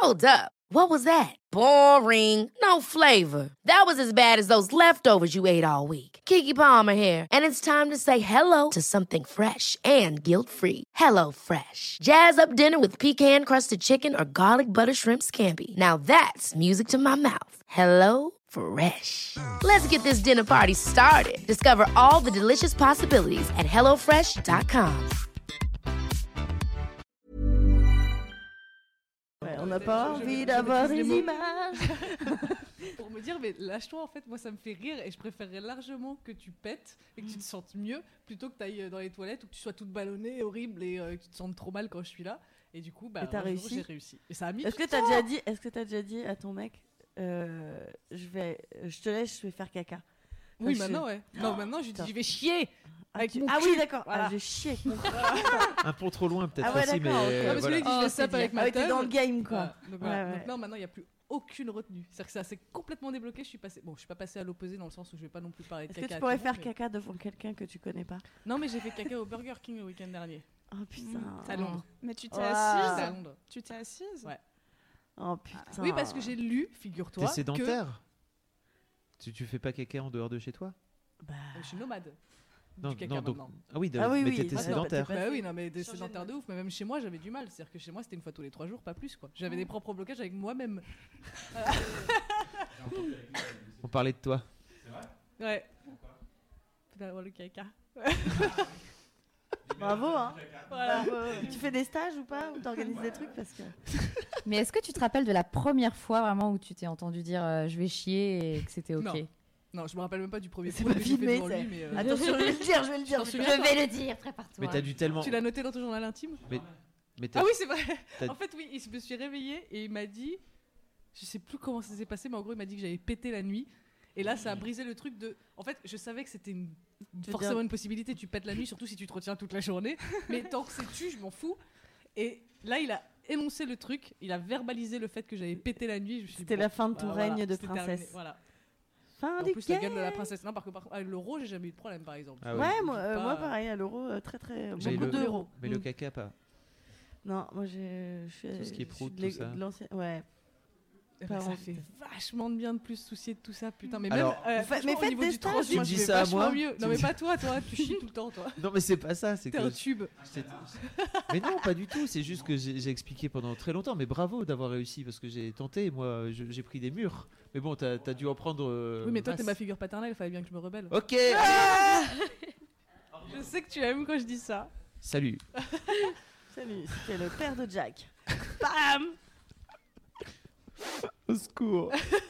Hold up. What was that? Boring. No flavor. That was as bad as those leftovers you ate all week. Keke Palmer here, and it's time to say hello to something fresh and guilt-free. Hello Fresh. Jazz up dinner with pecan-crusted chicken or garlic butter shrimp scampi. Now that's music to my mouth. Hello Fresh. Let's get this dinner party started. Discover all the delicious possibilities at hellofresh.com. Ouais, on n'a pas envie d'avoir des images. Pour me dire, mais lâche-toi, en fait, moi ça me fait rire et je préférerais largement que tu pètes et que tu te sentes mieux plutôt que tu ailles dans les toilettes ou que tu sois toute ballonnée, horrible et que tu te sentes trop mal quand je suis là. Et du coup, Et t'as réussi. j'ai réussi. Et ça a mis. Est-ce que t'as déjà dit à ton mec, je te laisse, je vais faire caca. Oui, Enfin, maintenant, ouais. Non, maintenant, je lui dis, je vais chier. Avec mon ah cul. oui, d'accord. Voilà. Ah, je chie avec mon Un pont trop loin peut-être Ah ouais, aussi, mais d'accord, ok. Ouais, parce que voilà. lui, il dit, je fais ça avec ma Ah ouais, t'es teub. dans le game, quoi. Voilà. Donc, voilà. Ouais, ouais. Donc non, maintenant, il n'y a plus aucune retenue. C'est-à-dire que ça s'est complètement débloqué. Je suis pas passée à l'opposé dans le sens où je vais pas non plus parler de Est-ce caca. que tu à pourrais tout le faire monde, caca devant quelqu'un que tu connais pas? Non, mais j'ai fait caca au Burger King le week-end dernier. Oh putain. À Londres. Mais tu t'es Oh. assise C'était à Londres. Tu t'es assise Ouais. Oh putain. Oui, parce que j'ai lu, figure-toi. T'es sédentaire. Tu fais pas caca en dehors de chez toi? Bah... Je suis nomade. Non, Du caca non, donc... maintenant. Ah oui, Ah oui, mais oui. t'étais Ah non, sédentaire. bah, Bah oui, non, mais des Changer sédentaires de ouf. Mais même chez moi, j'avais du mal. C'est-à-dire que chez moi, c'était une fois tous les 3 jours, pas plus, quoi. J'avais des propres blocages avec moi-même. On parlait de toi. Ouais. D'avoir le caca. Bravo, hein. Voilà. Bravo. Tu fais des stages ou pas? Ou t'organises des trucs parce que... Mais est-ce que tu te rappelles de la première fois vraiment où tu t'es entendu dire je vais chier et que c'était ok? Non. Non, je me rappelle même pas du premier C'est coup pas que j'ai fait filmé, devant c'est- lui, mais Attention, je vais le dire, je vais le dire. T'en je souviens Je vais le dire, prépare-toi. Mais t'as dû tellement. tu l'as noté dans ton journal intime? Mais t'as- Ah oui, c'est vrai. T'as- En fait, oui, je me suis réveillée et il m'a dit, je sais plus comment ça s'est passé, mais en gros, il m'a dit que j'avais pété la nuit. Et là, ça a brisé le truc de. En fait, je savais que c'était forcément une possibilité. Tu pètes la nuit, surtout si tu te retiens toute la journée. Mais tant que c'est tu, je m'en fous. Et là, il a énoncé le truc. Il a verbalisé le fait que j'avais pété la nuit. Je me suis dit, C'était bon, la fin de ton voilà, règne de c'était terminé, princesse. Voilà. Fin En du plus, la gueule game. de la princesse. Non, par contre, avec l'euro, j'ai jamais eu de problème, par exemple. Ah Ouais, ouais. moi pareil, à l'euro, très très. Mais Beaucoup le- d'euros. Mais le caca, pas. Non, moi je suis. Tout ce qui est je prout, suis de tout ça. de l'ancien. Ouais. Eh ben, Pas ça honte. fait vachement de bien de plus se soucier de tout ça, putain. Mais Alors, même, mais franchement, au faites niveau des du stages. tranche, Tu moi, me je dis vais ça à vachement moi mieux. Tu Non, me mais dis- pas toi, tu chies tout le temps, toi. Non, mais c'est pas ça. C'est T'es que. un tube. Mais non, pas du tout. C'est juste que j'ai expliqué pendant très longtemps. Mais bravo d'avoir réussi parce que j'ai tenté. Moi, j'ai pris des murs. Mais bon, t'as dû en prendre. Oui, mais toi, masse. t'es ma figure paternelle, il fallait bien que je me rebelle. Ok. Je sais que tu aimes quand je dis ça. Salut. Salut, c'était le père de Jack. Bam. Au secours.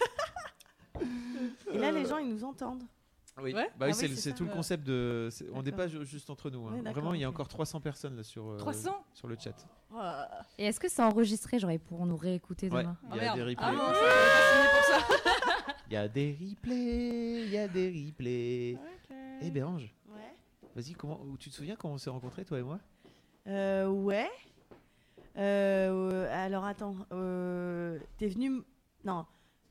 Et là, les gens, ils nous entendent. Oui. Ouais Bah oui, Ah oui, c'est c'est ça. tout le concept de. On n'est D'accord. pas juste entre nous. hein. Oui, d'accord, Vraiment, il y a ok. encore 300 personnes là sur. 300 sur le chat. Et est-ce que c'est enregistré, genre ils pourront nous réécouter Ouais. demain? Il y a des replays. Ah non, ça, j'avais pas signé pour ça. Il y a des replays. Il y a des replays. Eh Bérange, Ouais. vas-y, tu te souviens comment on s'est rencontrés, toi et moi? Ouais. Alors attends, t'es venue. Non.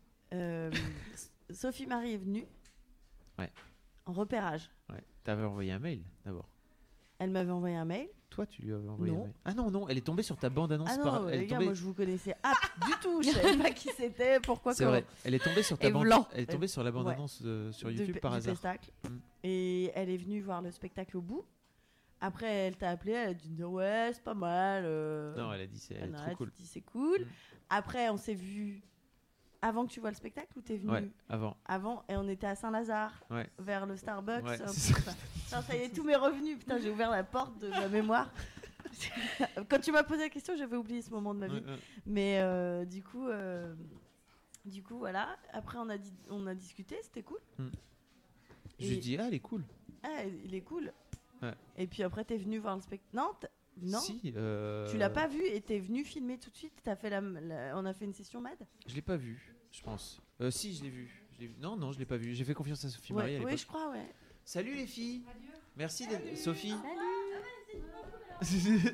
Sophie Marie est venue. Ouais. En repérage. Ouais. T'avais envoyé un mail d'abord. Elle m'avait envoyé un mail. Toi, tu lui avais envoyé Non. un mail. Ah non, non, elle est tombée sur ta bande-annonce. Ah par... non, elle les est gars, tombée... moi je vous connaissais du tout. Je savais pas qui c'était, pourquoi, C'est comment. vrai. Elle est tombée sur ta Et bande. blanc. Elle est tombée sur la bande-annonce sur YouTube par du hasard. spectacle. Mm. Et elle est venue voir le spectacle au bout. Après, elle t'a appelé, elle a dit ouais, c'est pas mal. Non, elle a dit c'est Ah non, trop elle cool. t'a dit c'est cool. Mm. Après, on s'est vu avant que tu vois le spectacle ou t'es venu Ouais, avant. avant et on était à Saint-Lazare, Ouais. vers le Starbucks. Ouais, un c'est peu ça. Putain, ça y est, tout m'est revenu. Putain, j'ai ouvert la porte de ma mémoire. Quand tu m'as posé la question, j'avais oublié ce moment de ma vie. Ouais, ouais. Mais du coup, voilà. Après, on a discuté, c'était cool. Je lui Et- dis, ah, elle est cool. Ah, il est cool. Ouais. Et puis après, t'es venu voir le spectacle. Non, Si, tu l'as pas vu et t'es venu filmer tout de suite. T'as fait on a fait une session Mad. Je l'ai pas vu, je pense. Si, je l'ai vu. Non, non, je l'ai pas vu. J'ai fait confiance à Sophie Ouais, Marie à oui, l'époque. je crois, ouais. Salut les filles. Merci d'être... Sophie. Salut.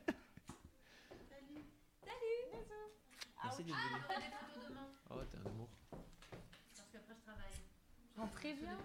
Merci d'être venue. Oh, t'es un amour. Rentrez bien.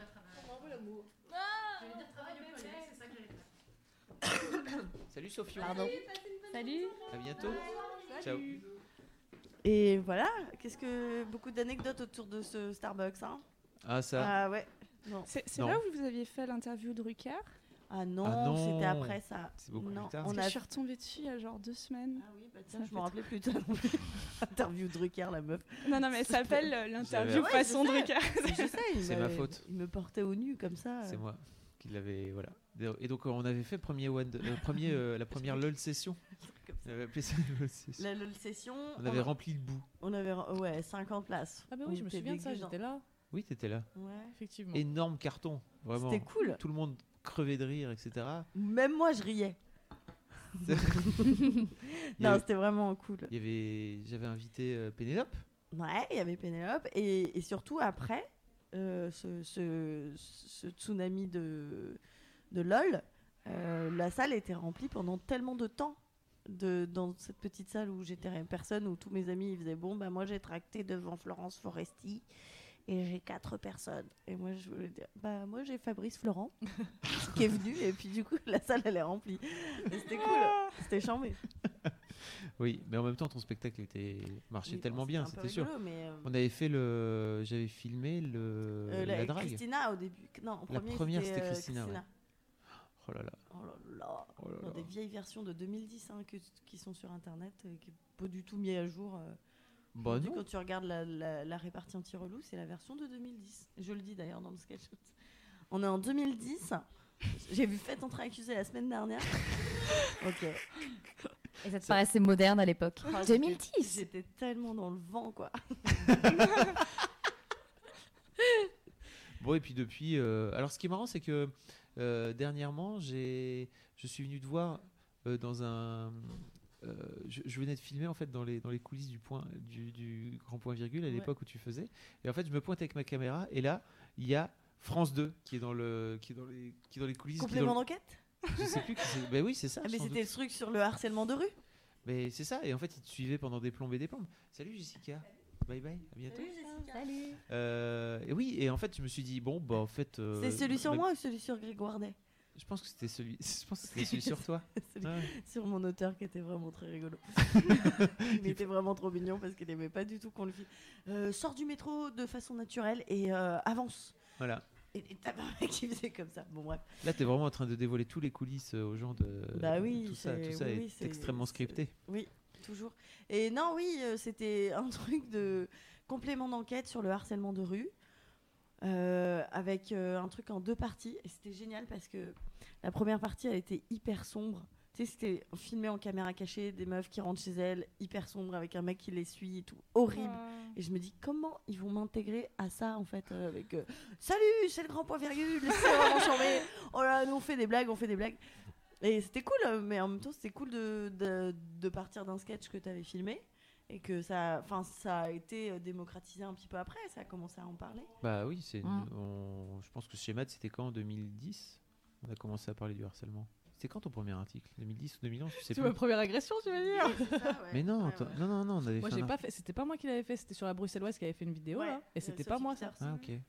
Salut Sophie. Pardon. Salut. À bientôt. Ciao. Et voilà, beaucoup d'anecdotes autour de ce Starbucks, hein. Ah, ça. Ah ouais. Non. C'est Non. là où vous aviez fait l'interview de Drucker. Ah non, Ah non. c'était après ça. C'est beaucoup Non, plus tard. on Parce que a je suis retombée dessus il y a genre 2 semaines. Ah oui, bah Ça tiens, je fait me rappelais plus de ça non plus. Interview de Drucker, la meuf. Non, mais ça s'appelle l'interview Ouais, façon je sais. Drucker. Je sais, C'est ma faute. Il me portait au nu comme ça. C'est moi qui l'avais. Voilà. Et donc, on avait fait la première LOL session. On avait appelé ça LOL session. La LOL session. On avait rempli le bout. On avait 50 places. Ah bah On oui, je me était souviens de ça, déguisants. j'étais là. Oui, t'étais là. Ouais. Effectivement. Énorme carton. Vraiment. C'était cool. Tout le monde crevait de rire, etc. Même moi, je riais. Il y Non, avait- c'était vraiment cool. J'avais invité Pénélope. Ouais, il y avait Pénélope. Et surtout, après, ce tsunami de LOL, la salle était remplie pendant tellement de temps. Dans cette petite salle où j'étais personne, où tous mes amis ils faisaient bon, bah moi j'ai tracté devant Florence Foresti et j'ai 4 personnes. Et moi je voulais dire, bah moi j'ai Fabrice Florent qui est venu, et puis du coup la salle elle est remplie. Et c'était cool, c'était chambé. Oui, mais en même temps, ton spectacle marchait Oui, tellement bon, bien, c'était un peu c'était sûr. rigolo, mais, On avait fait j'avais filmé la drague. Christina au début. Non, en La premier, première, c'était Christina, ouais. Oh là là. Oh là là. Oh là Dans là. des vieilles versions de 2010 qui sont sur internet, qui n'est pas du tout mis à jour. Bah Aujourd'hui, non. quand tu regardes la répartie anti-relou, c'est la version de 2010. Je le dis d'ailleurs dans le sketch. On est en 2010. J'ai vu Faites entrer accusé la semaine dernière. Ok. Et ça te paraissait moderne à l'époque. Oh, 2010. J'étais tellement dans le vent, quoi. Bon, et puis depuis. Alors, ce qui est marrant, c'est que dernièrement, je suis venu te voir dans un. Je venais de filmer en fait dans les coulisses du Grand Point Virgule à l'époque où tu faisais. Et en fait, je me pointe avec ma caméra et là, il y a France 2 qui est dans les coulisses. Complément d'enquête. Je sais plus qui c'est. Ben oui, c'est ça. Ah, mais sans c'était doute. le truc sur le harcèlement de rue. Mais c'est ça. Et en fait, ils te suivaient pendant des plombes et des plombes. Salut Jessica. Bye bye. À bientôt. Salut. Et oui, et en fait, je me suis dit bon, bah en fait. C'est celui sur mais- moi ou celui sur Grégoire Day? Je pense que c'était celui. Je pense que c'était celui sur toi. Celui Ouais. sur mon auteur qui était vraiment très rigolo. Il était vraiment trop mignon parce qu'il aimait pas du tout qu'on le filme. Sors du métro de façon naturelle et avance. Voilà. Et t'as pas un mec qui faisait comme ça. Bon bref. Là, t'es vraiment en train de dévoiler tous les coulisses aux gens de. Bah oui, Tout ça oui, est oui, c'est extrêmement scripté. Oui, toujours. Et non, oui, c'était un truc de complément d'enquête sur le harcèlement de rue. Avec un truc en 2 parties. Et c'était génial parce que la première partie, elle était hyper sombre. Tu sais, c'était filmé en caméra cachée, des meufs qui rentrent chez elles, hyper sombre, avec un mec qui les suit et tout. Horrible. Et je me dis, comment ils vont m'intégrer à ça, en fait, avec salut, c'est le Grand Point Virgule, c'est vraiment chambé. Oh là, nous on fait des blagues, on fait des blagues. Et c'était cool, mais en même temps, c'était cool de partir d'un sketch que tu avais filmé. Et que ça a été démocratisé un petit peu après, ça a commencé à en parler. Bah oui, Mm. je pense que chez Matt, c'était quand en 2010 on a commencé à parler du harcèlement. C'était quand ton premier article 2010 ou 2011 Je sais C'est plus. ma première agression, tu veux dire? Oui, c'est ça, ouais. Mais non, Ouais, toi- ouais. non, on avait Moi, fait j'ai un pas fait. C'était pas moi qui l'avais fait. C'était sur la Bruxelloise qui avait fait une vidéo Ouais, là. Et c'était Sophie pas moi ça. Peters. Ah ok.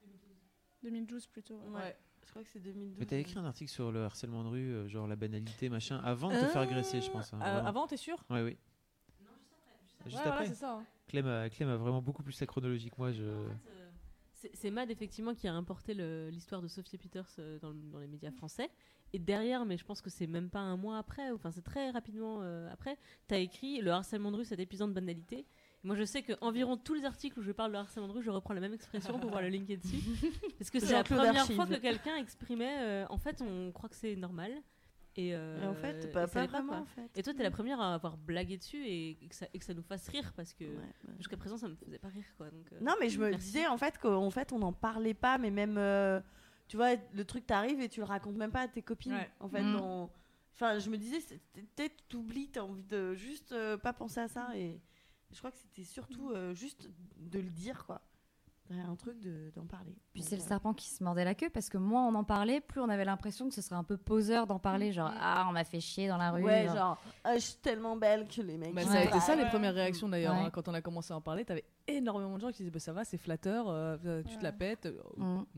2012 plutôt. Ouais. Je crois que c'est 2012. Mais t'as écrit un article sur le harcèlement de rue, genre la banalité, machin, avant de te faire agresser, je pense. Hein, vraiment. Avant, t'es sûr? Ouais, oui. Juste Ouais, après. voilà, c'est ça. hein. Clem a vraiment beaucoup plus la chronologie que moi. C'est Mad effectivement qui a importé l'histoire de Sophie Peters dans les médias français. Et derrière, mais je pense que c'est même pas un mois après, enfin c'est très rapidement après, t'as écrit le harcèlement de rue, cet épisode de banalité. Et moi je sais que environ tous les articles où je parle de harcèlement de rue, je reprends la même expression pour voir le linker dessus. Parce que c'est la Jean-Claude première Archive. fois que quelqu'un exprimait, en fait on croit que c'est normal. Et Et en fait, et pas ça l'est vraiment, quoi. en fait. Et toi t'es la première à avoir blagué dessus et que ça nous fasse rire parce que Ouais, ouais. jusqu'à présent ça me faisait pas rire quoi. Donc, Non, mais je me merci. disais en fait qu'en fait on n'en parlait pas, mais même tu vois, le truc t'arrive et tu le racontes même pas à tes copines. Ouais. En fait, enfin, je me disais, peut-être t'oublies, t'as envie de juste pas penser à ça, et je crois que c'était surtout juste de le dire, quoi. Un truc d'en parler. Puis Donc, c'est le serpent qui se mordait la queue parce que moins on en parlait, plus on avait l'impression que ce serait un peu poseur d'en parler. Genre, ah, on m'a fait chier dans la rue. Ouais, genre, ah, je suis tellement belle que les mecs. Bah, ils ça a Ouais. été ça les Ouais. premières réactions d'ailleurs. Ouais. Hein, quand on a commencé à en parler, t'avais énormément de gens qui disaient bah, ça va, c'est flatteur, tu te la pètes. Mm. Non.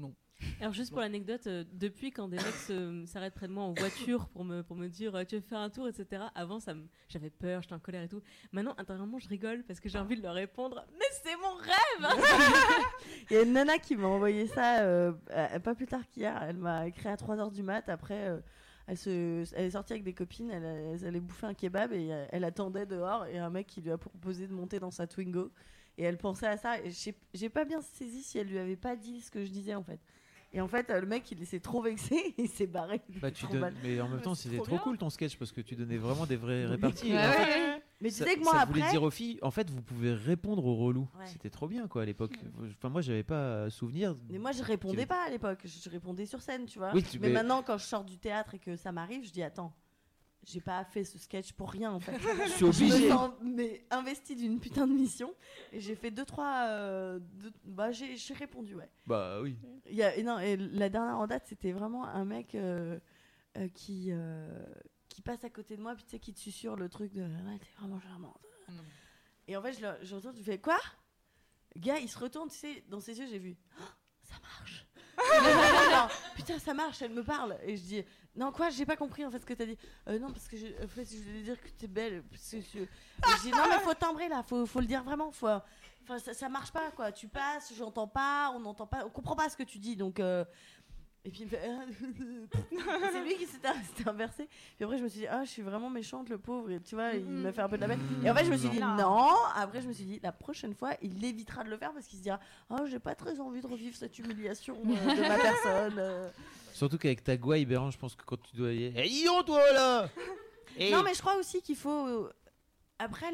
Alors juste pour l'anecdote, depuis quand des mecs s'arrêtent près de moi en voiture pour me dire tu veux faire un tour, etc. Avant j'avais peur, j'étais en colère et tout. Maintenant intérieurement je rigole parce que j'ai envie de leur répondre mais c'est mon rêve. Il y a une nana qui m'a envoyé ça pas plus tard qu'hier. Elle m'a écrit à 3h du mat. Après, elle est sortie avec des copines. Elle allait bouffer un kebab et elle attendait dehors. Et un mec qui lui a proposé de monter dans sa Twingo. Et elle pensait à ça. Et j'ai pas bien saisi si elle lui avait pas dit ce que je disais en fait. Et en fait, le mec, il s'est trop vexé et il s'est barré. Mais en même temps, c'était trop cool ton sketch parce que tu donnais vraiment des vrais réparties. Ouais, Et en fait, ouais. Mais tu sais que moi, ça après. voulait dire aux filles, en fait, vous pouvez répondre aux relous. Ouais. C'était trop bien, quoi, à l'époque. Enfin, moi, j'avais pas souvenir. Mais moi, je répondais pas à l'époque. Je répondais sur scène, tu vois. Oui, mais maintenant, quand je sors du théâtre et que ça m'arrive, je dis attends. J'ai pas fait ce sketch pour rien en fait. Je suis obligé. Je me sens investi d'une putain de mission et j'ai fait 2-3. J'ai répondu, ouais. Bah oui. Et la dernière en date, c'était vraiment un mec qui passe à côté de moi, puis tu sais, qui te susurre le truc de ouais, t'es vraiment charmante. Et en fait, je retourne, tu fais quoi? Le gars, il se retourne, tu sais, dans ses yeux, j'ai vu oh, ça marche. Genre, putain, ça marche, elle me parle. Et je dis non, quoi, j'ai pas compris en fait ce que t'as dit. Non, parce que en fait, je voulais dire que t'es belle. Je dis non, mais faut timbrer là, faut le dire vraiment. Enfin, ça marche pas quoi. Tu passes, j'entends pas, on n'entend pas, on comprend pas ce que tu dis. Donc, et puis il me fait c'est lui qui s'était inversé. Puis après, je me suis dit je suis vraiment méchante, le pauvre. Et, tu vois, il me fait un peu de la peine. Et en fait, je me suis dit non. Après, je me suis dit la prochaine fois, il évitera de le faire parce qu'il se dira j'ai pas très envie de revivre cette humiliation de ma personne. Surtout qu'avec ta gouaille, Béran, je pense que quand tu dois y aller. Dis donc, toi là. Non, mais je crois aussi qu'il faut. Après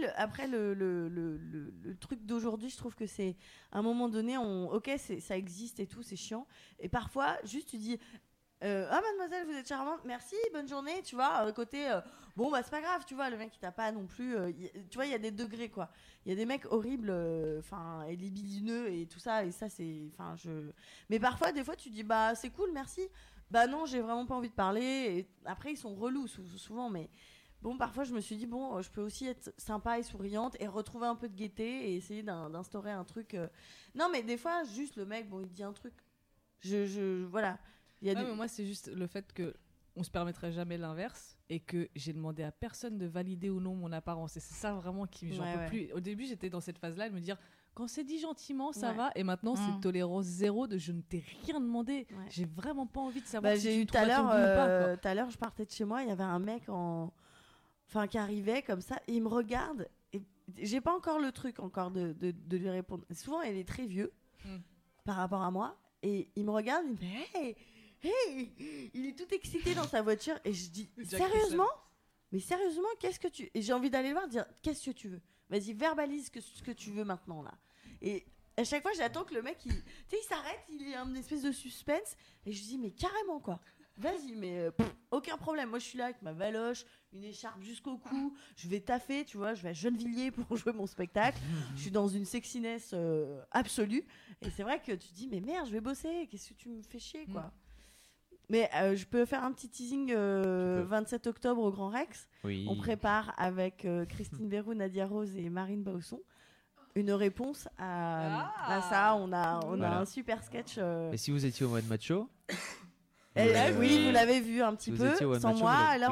le truc d'aujourd'hui, je trouve que c'est à un moment donné, ok, ça existe et tout, c'est chiant. Et parfois, juste tu dis mademoiselle, vous êtes charmante, merci, bonne journée, tu vois. Côté bon, bah c'est pas grave, tu vois, le mec il t'a pas non plus. Tu vois, il y a des degrés quoi. Il y a des mecs horribles, et libidineux et tout ça, et ça c'est. Mais parfois, des fois, tu dis bah c'est cool, merci. Bah non, j'ai vraiment pas envie de parler. Et après, ils sont relous souvent, mais. Bon, parfois, je me suis dit, bon, je peux aussi être sympa et souriante et retrouver un peu de gaieté et essayer d'instaurer un truc. Non, mais des fois, juste le mec, bon, il te dit un truc. Voilà. Mais moi, c'est juste le fait que on se permettrait jamais l'inverse et que j'ai demandé à personne de valider ou non mon apparence. Et c'est ça vraiment qui j'en peux plus. Au début, j'étais dans cette phase-là de me dire, quand c'est dit gentiment, ça va. Et maintenant, c'est tolérance zéro de je ne t'ai rien demandé. Ouais. J'ai vraiment pas envie de savoir si j'ai eu tu me trouves à ton goût ou pas. Tout à l'heure, je partais de chez moi, il y avait un mec qui arrivait comme ça, et il me regarde, et j'ai pas encore le truc de lui répondre. Souvent, il est très vieux par rapport à moi, et il me regarde, il me fait hey, il est tout excité dans sa voiture, et je dis sérieusement, qu'est-ce que tu... Et j'ai envie d'aller le voir, dire qu'est-ce que tu veux, vas-y, verbalise ce que tu veux maintenant là. Et à chaque fois, j'attends que le mec, il s'arrête, il y a une espèce de suspense, et je dis mais carrément quoi. Vas-y, mais aucun problème. Moi, je suis là avec ma valoche, une écharpe jusqu'au cou. Je vais taffer, tu vois. Je vais à Gennevilliers pour jouer mon spectacle. Je suis dans une sexiness absolue. Et c'est vrai que tu te dis, mais merde, je vais bosser. Qu'est-ce que tu me fais chier, quoi. Mais je peux faire un petit teasing 27 octobre au Grand Rex. Oui. On prépare avec Christine Bérou, Nadia Rose et Marine Bausson une réponse à ça. On a un super sketch. Et si vous étiez au mois de macho oui, vous l'avez vu un petit peu sans moi. Là, on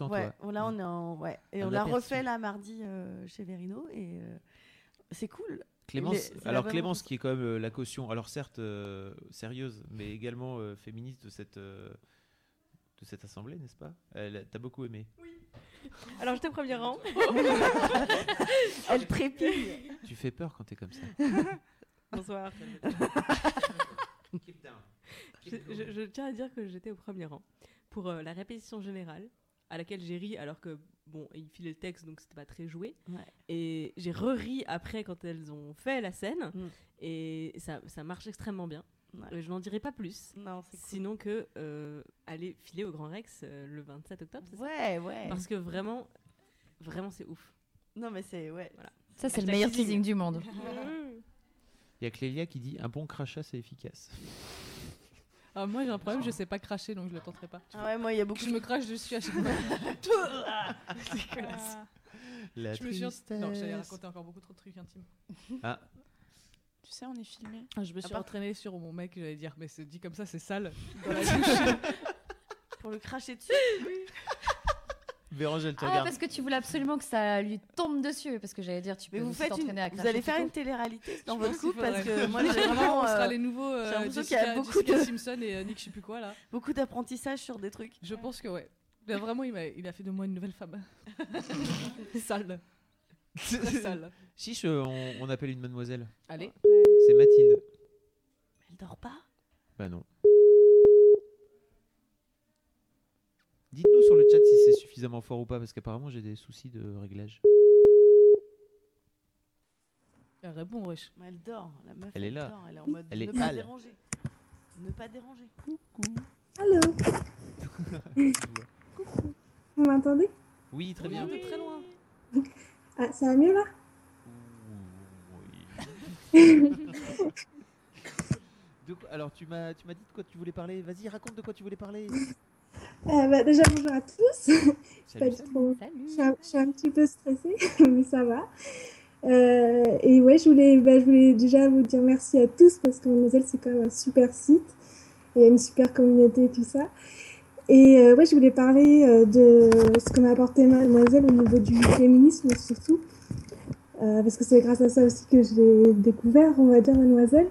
l'a refait là mardi chez Verino et c'est cool. Clémence qui est quand même la caution, alors certes sérieuse, mais également féministe de cette assemblée, n'est-ce pas? T'as beaucoup aimé? Oui. Alors j'étais au premier rang. Elle trépille. Tu fais peur quand t'es comme ça. Bonsoir. Je tiens à dire que j'étais au premier rang pour la répétition générale à laquelle j'ai ri alors que bon, il filait le texte donc c'était pas très joué. Ouais. Et j'ai re-ri après quand elles ont fait la scène et ça marche extrêmement bien. Ouais. Je n'en dirai pas plus. Non, c'est cool. Sinon que aller filer au Grand Rex le 27 octobre, c'est ça ? Ouais. Parce que vraiment c'est ouf. Non mais c'est voilà. Ça c'est le meilleur teasing du monde. Il y a Clélia qui dit un bon crachat c'est efficace. Ah, moi j'ai un problème, je sais pas cracher donc je le tenterai pas. Ah ouais, moi il y a beaucoup. Je me crache dessus à chaque fois. C'est dégueulasse. La je me suis. Non, j'allais raconter encore beaucoup trop de trucs intimes. Ah. Tu sais, on est filmé. Je me suis part- entraînée sur mon mec, j'allais dire, mais c'est dit comme ça, c'est sale. Dans la douche. Pour le cracher dessus. Vérangèle, tu Ah, regardes. parce que tu voulais absolument que ça lui tombe dessus. Parce que j'allais dire, tu peux Mais vous aussi faites t'entraîner à vous cracher allez tout faire court. une télé-réalité dans Je votre pense qu'il couple parce faudrait. que moi j'ai vraiment On sera les nouveaux j'ai l'impression qu'il y a Jessica, beaucoup Jessica de- Simpson et Nick je sais plus quoi là. beaucoup d'apprentissage sur des trucs. Je pense que ouais. Là, vraiment, il a fait de moi une nouvelle femme. Sale. Très sale. Chiche, on appelle une mademoiselle. Allez. C'est Mathilde. Elle dort pas. Bah non. Dites-nous sur le chat si c'est suffisamment fort ou pas, parce qu'apparemment j'ai des soucis de réglage. Elle répond, wesh. Mais elle dort, la meuf. Elle est là. dort, elle est en mode Elle est ne pas pâle. déranger. Ne pas déranger. Allô, vous m'entendez? Oui, très bien. De très loin. Ah, ça va mieux là? Alors tu m'as dit de quoi tu voulais parler. Vas-y, raconte de quoi tu voulais parler. Déjà, bonjour à tous. Salut. Je suis un petit peu stressée, mais ça va. Et ouais, je voulais déjà vous dire merci à tous parce que Mademoiselle, c'est quand même un super site. Il y a une super communauté et tout ça. Et ouais, je voulais parler de ce que m'a apporté Mademoiselle au niveau du féminisme surtout. Parce que c'est grâce à ça aussi que je l'ai découvert, on va dire, Mademoiselle.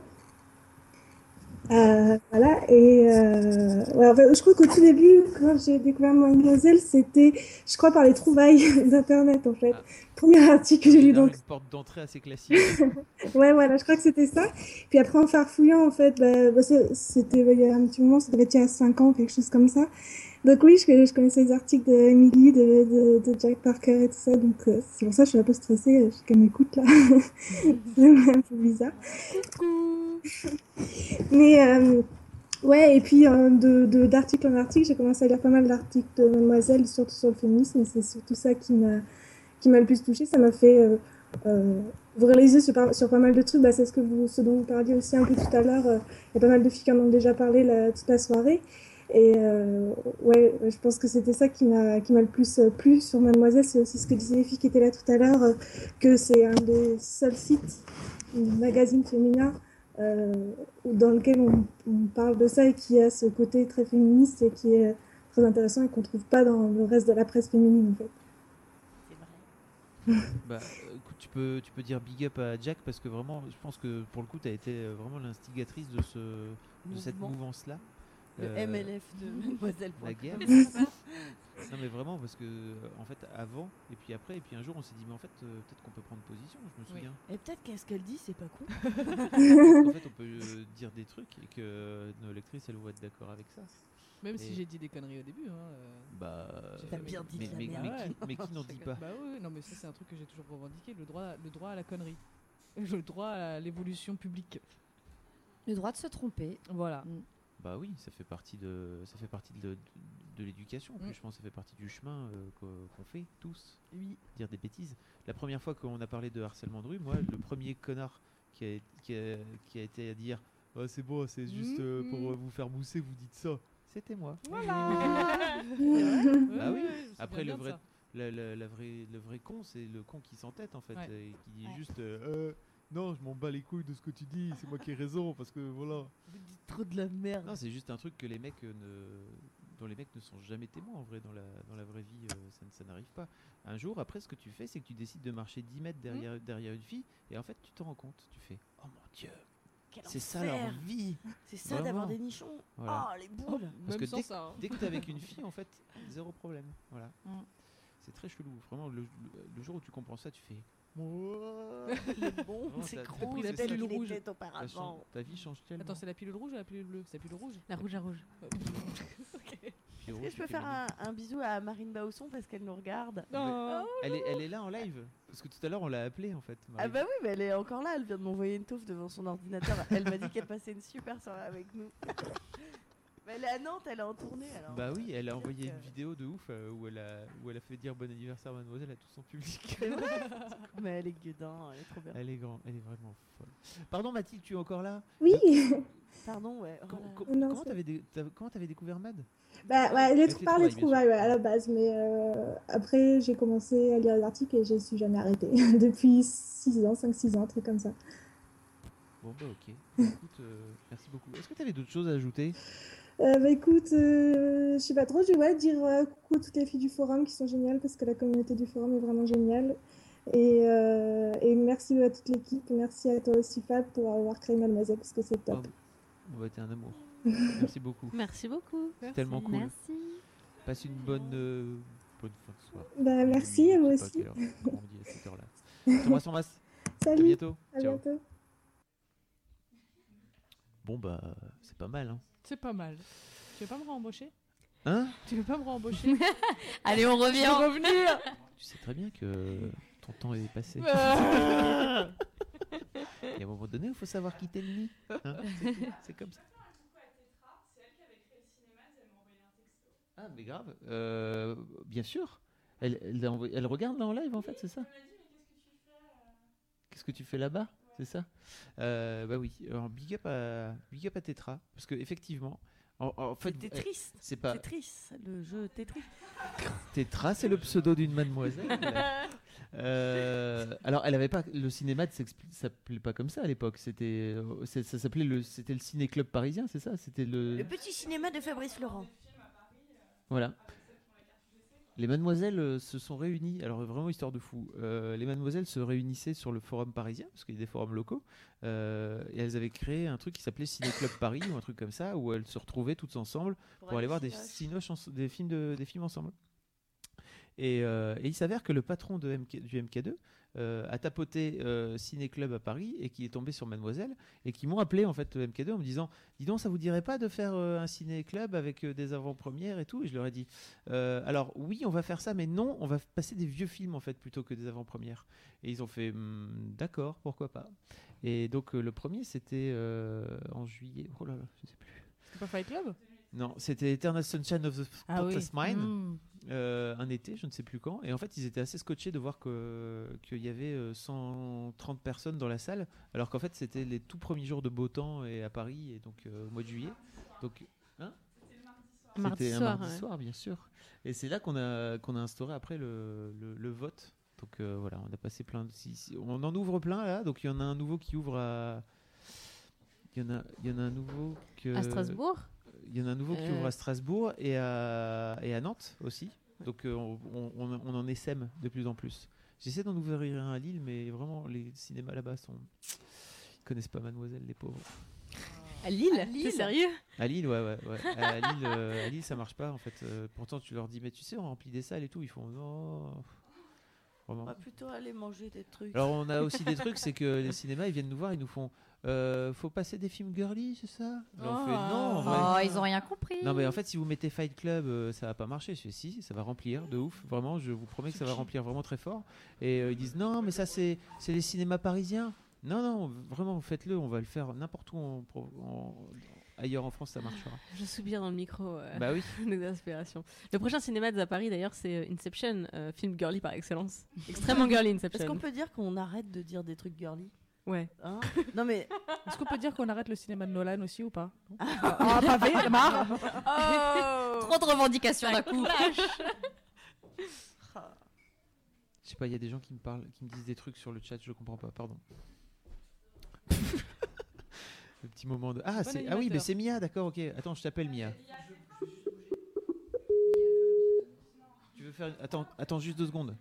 Voilà, et ouais, enfin, je crois qu'au tout début, quand j'ai découvert Mademoiselle, c'était, je crois, par les trouvailles d'Internet, en fait. Ah. Premier article que j'ai lu, donc Une porte d'entrée assez classique. ouais, voilà, je crois que c'était ça. Puis après, en farfouillant, en fait, c'était il y a un petit moment, ça devait être il y a 5 ans, quelque chose comme ça. Donc oui, je connaissais les articles de Emily, de Jack Parker et tout ça, donc c'est pour ça que je suis un peu stressée, je sais qu'elle m'écoute là. C'est un peu bizarre. Mais ouais, et puis d'article en article, j'ai commencé à lire pas mal d'articles de Mademoiselle, surtout sur le féminisme, et c'est surtout ça qui m'a le plus touchée. Ça m'a fait vous réaliser sur pas mal de trucs. C'est ce dont vous parliez aussi un peu tout à l'heure. Il y a pas mal de filles qui en ont déjà parlé toute la soirée. Et ouais, je pense que c'était ça qui m'a le plus plu sur Mademoiselle. C'est aussi ce que disaient les filles qui étaient là tout à l'heure, que c'est un des seuls sites, magazine féminin, dans lequel on parle de ça et qui a ce côté très féministe et qui est très intéressant et qu'on ne trouve pas dans le reste de la presse féminine en fait. Bah, écoute, tu peux dire big up à Jack parce que vraiment, je pense que pour le coup, tu as été vraiment l'instigatrice de cette mouvance-là. Le MLF de Mademoiselle. La guerre. Non mais vraiment parce que en fait avant et puis après et puis un jour on s'est dit mais en fait peut-être qu'on peut prendre position, je me souviens. Et peut-être qu'est-ce qu'elle dit, c'est pas con. En fait on peut dire des trucs et que nos lectrices elles vont être d'accord avec ça. Même si j'ai dit des conneries au début. Bah. T'as bien dit de la merde. Mais qui n'en dit pas. Bah oui, non mais ça c'est un truc que j'ai toujours revendiqué, le droit à la connerie. Le droit à l'évolution publique. Le droit de se tromper. Voilà. Bah oui, ça fait partie de l'éducation. En plus, je pense que ça fait partie du chemin qu'on fait tous. Oui. Dire des bêtises. La première fois qu'on a parlé de harcèlement de rue, moi, le premier connard qui a été à dire oh, c'est bon, c'est juste pour vous faire mousser, vous dites ça. C'était moi. Voilà. Bah oui. Après le vrai. vrai con, c'est le con qui s'entête en fait, et qui dit juste non, je m'en bats les couilles de ce que tu dis, c'est moi qui ai raison parce que voilà. Vous dites trop de la merde. Non, c'est juste un truc que les mecs dont les mecs ne sont jamais témoins en vrai dans la vraie vie, ça n'arrive pas. Un jour, après, ce que tu fais, c'est que tu décides de marcher 10 mètres derrière une fille et en fait, tu te rends compte, tu fais oh mon dieu, c'est ça leur vie. C'est ça d'avoir des nichons. Voilà. Oh les boules. Parce que dès que t'es avec une fille, en fait, zéro problème. Voilà. C'est très chelou. Vraiment, le jour où tu comprends ça, tu fais. Le bon, c'est gros. La pilule rouge. Auparavant. Ta vie change tellement. Attends, c'est la pilule rouge ou la pilule bleue? C'est la pilule rouge. La rouge à rouge. Okay. Est-ce que je peux faire un bisou à Marine Bausson parce qu'elle nous regarde? Elle est là en live. Parce que tout à l'heure, on l'a appelée en fait. Ah bah oui, mais elle est encore là. Elle vient de m'envoyer une touffe devant son ordinateur. Elle m'a dit qu'elle passait une super soirée avec nous. Mais elle est à Nantes, elle est en tournée. Alors. Bah oui, elle a envoyé une vidéo de ouf où elle a fait dire bon anniversaire mademoiselle à tout son public. C'est vrai. Mais elle est gueudin, elle est trop bien. Elle est grande, elle est vraiment folle. Pardon Mathilde, tu es encore là? Oui. Pardon, ouais. Comment t'avais découvert Mad? Bah ouais, les trouvailles à la base, mais après j'ai commencé à lire les articles et je suis jamais arrêtée. Depuis 6 ans, 5-6 ans, un truc comme ça. Bon bah ok. Écoute, merci beaucoup. Est-ce que tu avais d'autres choses à ajouter? Écoute, je sais pas trop, je vais dire coucou à toutes les filles du forum qui sont géniales parce que la communauté du forum est vraiment géniale. Et merci à toute l'équipe, merci à toi aussi Fab pour avoir créé Mademoiselle parce que c'est top. Bon, bah, t'es un amour. Merci beaucoup. Merci beaucoup. C'est tellement cool. Merci. Passe une bonne fin de soirée. Bah, merci à vous Je sais pas aussi. quelle heure, comment on dit à cette heure-là. T'embrasse. À Salut, bientôt. à Ciao. bientôt. Bon bah c'est pas mal hein. C'est pas mal. Tu veux pas me re-embaucher? Hein? Tu veux pas me re-embaucher? Allez, on Je revient. veux revenir. Tu sais très bien que ton temps est passé. Et à un moment donné, il faut savoir quitter le nid. Hein, c'est comme ça. Ah, mais grave. Bien sûr. Elle regarde là en live, en fait, c'est ça. Qu'est-ce que tu fais là-bas? C'est ça. Bah oui. Alors, big up à Tetra. Parce que effectivement, en fait, Tetris. c'est pas Tetris, le jeu Tetris. Tetra, c'est le pseudo d'une mademoiselle. Alors, elle avait pas le cinéma ne s'appelait pas comme ça à l'époque. C'était c'était le ciné-club parisien, c'est ça. C'était Le petit cinéma de Fabrice Laurent. Voilà. Les mademoiselles se sont réunies, alors vraiment histoire de fou, les mademoiselles se réunissaient sur le forum parisien, parce qu'il y a des forums locaux, et elles avaient créé un truc qui s'appelait Ciné Club Paris, ou un truc comme ça, où elles se retrouvaient toutes ensemble pour aller voir des films ensemble. Et il s'avère que le patron du MK2 a tapoté Ciné Club à Paris et qui est tombé sur Mademoiselle et qui m'ont appelé en fait le MK2 en me disant dis donc ça vous dirait pas de faire un Ciné Club avec des avant-premières et tout, et je leur ai dit alors oui on va faire ça mais non on va passer des vieux films en fait plutôt que des avant-premières, et ils ont fait d'accord pourquoi pas, et donc le premier c'était en juillet, oh là là je sais plus. C'était pas Fight Club? Non, c'était Eternal Sunshine of the Spotless Mind. Mmh. Un été, je ne sais plus quand. Et en fait, ils étaient assez scotchés de voir qu'il y avait 130 personnes dans la salle, alors qu'en fait, c'était les tout premiers jours de beau temps et à Paris, et donc au mois de juillet. Donc, hein? C'était un mardi soir, bien sûr. Et c'est là qu'on a instauré après le vote. Donc voilà, on a passé plein de... on en ouvre plein là. Donc il y en a un nouveau qui ouvre à... Il y en a un nouveau À Strasbourg. Il y en a un nouveau qui ouvre à Strasbourg et à Nantes aussi. Donc on en essaime de plus en plus. J'essaie d'en ouvrir un à Lille, mais vraiment les cinémas là-bas ils connaissent pas Mademoiselle, les pauvres. À Lille? T'es sérieux? À Lille, ouais. À Lille, ça marche pas en fait. Pourtant, tu leur dis, mais tu sais, on remplit des salles et tout. Ils font non. On Vraiment. va plutôt aller manger des trucs. Alors, on a aussi des trucs, c'est que les cinémas, ils viennent nous voir, ils nous font. Faut passer des films girly, c'est ça? Alors, on fait, non, en vrai. Oh, ils ont rien compris. Non, mais en fait, si vous mettez Fight Club, ça va pas marcher. Je fais si, ça va remplir de ouf. Vraiment, je vous promets que ça va remplir vraiment très fort. Et ils disent non, mais ça, c'est les cinémas parisiens. Non, vraiment, faites-le. On va le faire n'importe où ailleurs en France, ça marchera. Je soupire dans le micro. Bah oui. D'exaspération. Le prochain cinéma à Paris, d'ailleurs, c'est Inception, film girly par excellence. Extrêmement girly, Inception. Est-ce qu'on peut dire qu'on arrête de dire des trucs girly? Ouais. Hein? Non mais Est-ce qu'on peut dire qu'on arrête le cinéma de Nolan aussi ou pas? Ah, pavé, marre. Trop de revendications d'un coup. Je sais pas, il y a des gens qui me parlent, qui me disent des trucs sur le chat, je comprends pas, pardon. Le petit moment de... Ah, ah oui, mais c'est Mia, d'accord, ok. Attends, je t'appelle Mia. Tu veux faire... Attends juste 2 secondes.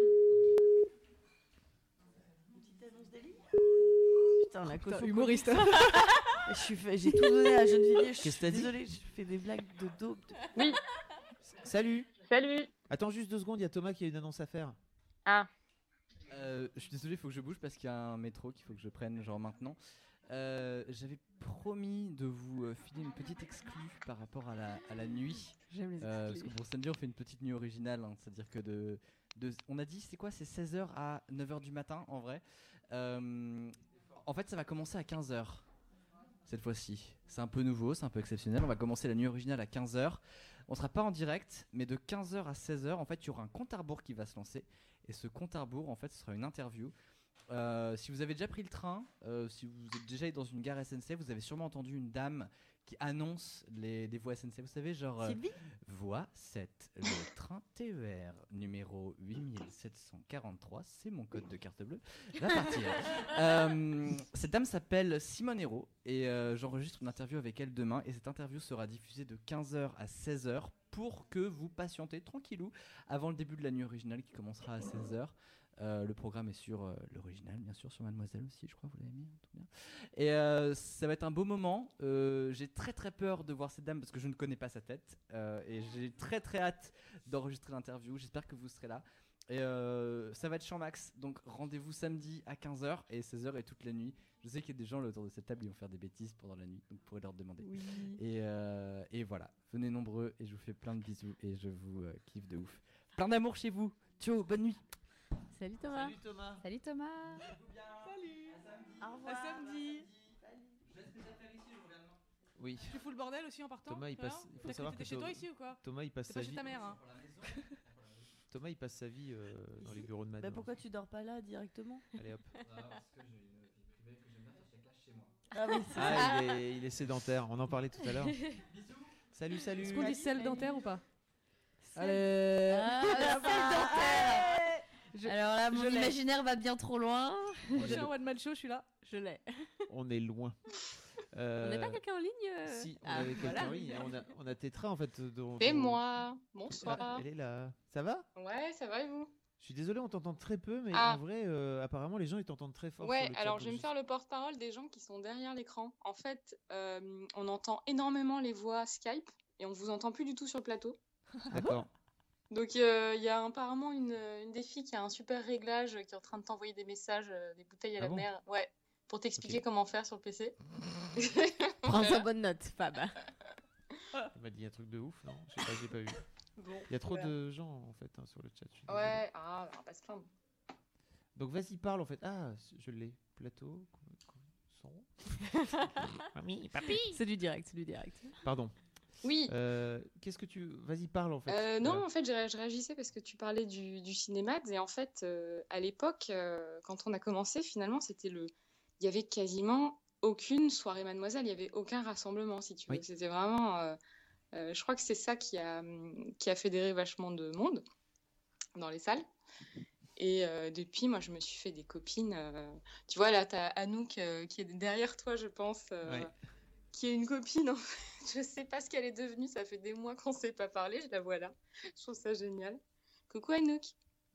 putain, la cochon Humoriste. J'ai tout donné à Geneviève. Qu'est-ce que t'as dit? Désolée, je fais des blagues de dope. Oui. Salut. Salut. Attends juste 2 secondes, il y a Thomas qui a une annonce à faire. Ah. Je suis désolé, il faut que je bouge parce qu'il y a un métro qu'il faut que je prenne genre maintenant. J'avais promis de vous filer une petite exclue par rapport à la nuit. J'aime les parce que pour samedi on fait une petite nuit originale, hein, c'est-à-dire que on a dit c'est quoi, c'est 16h à 9h du matin en vrai. En fait ça va commencer à 15h cette fois-ci. C'est un peu nouveau, c'est un peu exceptionnel. On va commencer la nuit originale à 15h. On sera pas en direct, mais de 15h à 16h en fait il y aura un compte à rebours qui va se lancer. Et ce compte à rebours en fait ce sera une interview Si vous avez déjà pris le train, si vous êtes déjà allé dans une gare SNCF, vous avez sûrement entendu une dame qui annonce les voies SNCF. Vous savez, genre Sylvie voie 7, le train TER numéro 8743, c'est mon code de carte bleue, va partir. Cette dame s'appelle Simone Hérault et j'enregistre une interview avec elle demain. Et cette interview sera diffusée de 15h à 16h pour que vous patientez tranquillou avant le début de la nuit originale qui commencera à 16h. Le programme est sur l'original, bien sûr, sur Mademoiselle aussi, je crois, vous l'avez mis, tout bien. Et ça va être un beau moment. J'ai très très peur de voir cette dame parce que je ne connais pas sa tête. Et j'ai très très hâte d'enregistrer l'interview. J'espère que vous serez là. Et ça va être champ max. Donc rendez-vous samedi à 15h et 16h et toute la nuit. Je sais qu'il y a des gens là autour de cette table qui vont faire des bêtises pendant la nuit. Donc vous pourrez leur demander. Oui. Et voilà. Venez nombreux et je vous fais plein de bisous et je vous kiffe de ouf. Plein d'amour chez vous. Ciao, bonne nuit. Salut Thomas. Salut Thomas. Salut Thomas. Salut. Au revoir. À samedi. Oui. Tu fous le bordel aussi en partant. Thomas, il voilà. passe. Il faut T'as savoir cru que que t'étais chez toi ici ou quoi? Thomas, il passe C'est sa pas chez vie. ta mère. Hein. Thomas, il passe sa vie dans les bureaux de Mad. Bah pourquoi tu dors pas là directement? Allez hop. Parce que j'ai une vie privée que j'aime bien faire, je la classe chez moi. Ah oui, c'est Ah, il est sédentaire. On en parlait tout à l'heure. Salut, salut. Est-ce qu'on dit sel dentaire ou pas? Allez. Alors là, mon je l'ai. imaginaire va bien trop loin. Prochain One Man Show, je suis là. Je l'ai. On est loin. On n'est pas quelqu'un en ligne Si, on Ah, avait quelqu'un voilà. en ligne. On a Tétra en fait. C'est moi. Bonsoir. Ah, elle est là. Ça va? Ouais, ça va et vous? Je suis désolé, on t'entend très peu, mais Ah. en vrai, apparemment, les gens ils t'entendent très fort. Ouais, sur le chat, alors donc je vais me faire le porte-parole des gens qui sont derrière l'écran. En fait, on entend énormément les voix Skype et on vous entend plus du tout sur le plateau. D'accord. Donc il y a apparemment une des filles qui a un super réglage qui est en train de t'envoyer des messages, des bouteilles à Ah la bon mer. Ouais, pour t'expliquer Ok. comment faire sur le PC. Prends sa bonne note, Fab. Il m'a dit un truc de ouf, non? Je sais pas, j'ai pas vu. Bon, Il y a trop voilà. de gens en fait sur le chat. je suis désolé. Ouais, ah, on va pas se plaindre. Donc vas-y, parle en fait. Ah, je l'ai. Plateau. Son. Mamie, papi. C'est du direct, c'est du direct. Pardon. Oui. Qu'est-ce que tu. Vas-y, parle en fait. Non, Voilà. en fait, je réagissais parce que tu parlais du cinéma. Et en fait, à l'époque, quand on a commencé, finalement, il y avait quasiment aucune soirée Mademoiselle. Il n'y avait aucun rassemblement, si tu veux. Oui. C'était vraiment. Je crois que c'est ça qui a fédéré vachement de monde dans les salles. Et depuis, moi, je me suis fait des copines. Tu vois, là, tu as Anouk qui est derrière toi, je pense. Ouais. Qui est une copine, en fait. Je sais pas ce qu'elle est devenue, ça fait des mois qu'on ne s'est pas parlé, je la vois là. Je trouve ça génial. Coucou Anouk.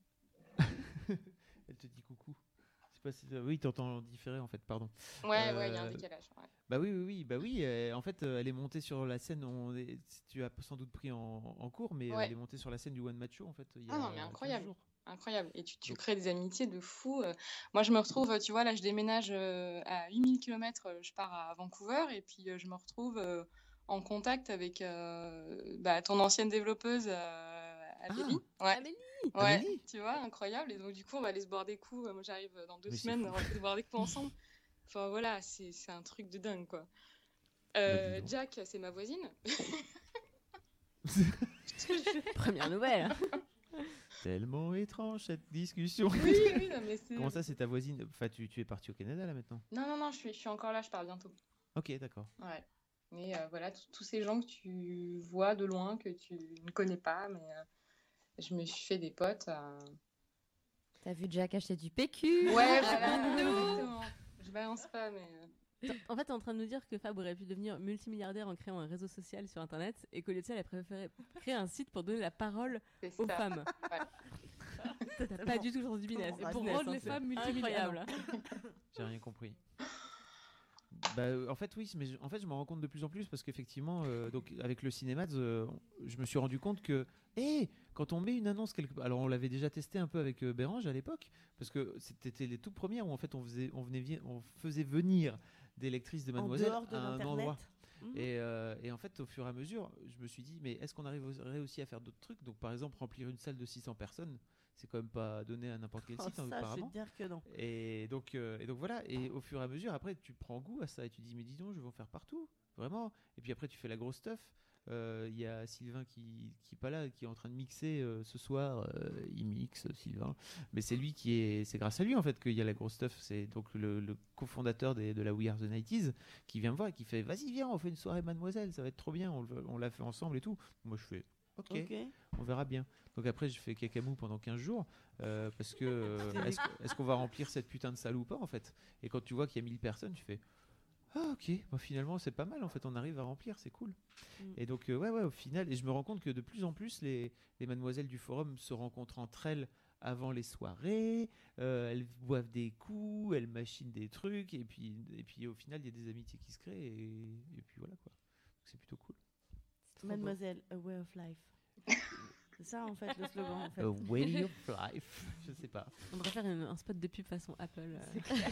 Elle te dit coucou. Je sais pas si. Oui, t'entends différé en fait, pardon. Ouais, il y a un décalage. Ouais. Bah oui. En fait, elle est montée sur la scène. Tu as sans doute pris en cours, mais Ouais. elle est montée sur la scène du One Match Show en fait. Il y a Ah non, mais 15 incroyable. jours. Incroyable. Et tu Donc- crées des amitiés de fou. Moi, je me retrouve, tu vois, là, je déménage à 8000 km, je pars à Vancouver, et puis je me retrouve en contact avec ton ancienne développeuse, Amélie. Ouais. Amélie. Ouais, Amélie tu vois, incroyable. Et donc, du coup, on va aller se boire des coups. Moi, j'arrive dans 2 Mais c'est semaines, fou. on va aller se boire des coups ensemble. Enfin, voilà, c'est un truc de dingue, quoi. Bah, dis donc. Jack, c'est ma voisine. Première nouvelle. Tellement étrange cette discussion. Oui, oui, non, mais c'est... Comment ça, c'est ta voisine? Enfin, tu es parti au Canada là maintenant? Non, je suis encore là, je pars bientôt. Ok, d'accord. Ouais. Mais voilà, tous ces gens que tu vois de loin, que tu ne connais pas, mais je me suis fait des potes. T'as vu Jack acheter du PQ? Ouais, voilà, exactement. Je balance pas, mais... En fait, t'es en train de nous dire que Fab aurait pu devenir multimilliardaire en créant un réseau social sur Internet et qu'au lieu de ça, elle a préféré créer un site pour donner la parole c'est aux ça. femmes. Ouais. T'as pas du tout le sens du business. Et pour business, rendre hein, les c'est femmes multimilliardaires. incroyable. J'ai rien compris. Bah, en fait, oui, mais en fait, je m'en rends compte de plus en plus parce qu'effectivement, donc avec le Cinémads, je me suis rendu compte que, quand on met une annonce quelque part, alors on l'avait déjà testé un peu avec Bérange à l'époque, parce que c'était les toutes premières où en fait on faisait venir des lectrices de En Mademoiselle dehors de à un l'internet. endroit. Mhm. Et en fait, au fur et à mesure, je me suis dit, mais est-ce qu'on arriverait aussi à faire d'autres trucs? Donc, par exemple, remplir une salle de 600 personnes, c'est quand même pas donné à n'importe quel Oh, site, ça, je vais apparemment. te dire que non. Et donc voilà, et au fur et à mesure, après, tu prends goût à ça et tu dis, mais dis donc, je vais en faire partout, vraiment. Et puis après, tu fais la grosse stuff. Il y a Sylvain qui est pas là, qui est en train de mixer ce soir. Il mixe, Sylvain. Mais c'est lui c'est grâce à lui en fait qu'il y a la grosse stuff. C'est donc le cofondateur de la We Are the 90s qui vient me voir et qui fait vas-y viens, on fait une soirée Mademoiselle, ça va être trop bien, on l'a fait ensemble et tout. Moi je fais ok, on verra bien. Donc après je fais cacamou pendant 15 jours parce que est-ce qu'on va remplir cette putain de salle ou pas en fait. Et quand tu vois qu'il y a 1000 personnes, tu fais ah ok, finalement c'est pas mal en fait, on arrive à remplir, c'est cool. Et donc ouais au final, et je me rends compte que de plus en plus les mademoiselles du forum se rencontrent entre elles avant les soirées, elles boivent des coups, elles machinent des trucs, et puis au final il y a des amitiés qui se créent, et puis voilà quoi. Donc c'est plutôt cool. Mademoiselle, a way of life. C'est ça en fait le slogan en fait. A way of life, je sais pas. On devrait faire un spot de pub façon Apple. C'est clair.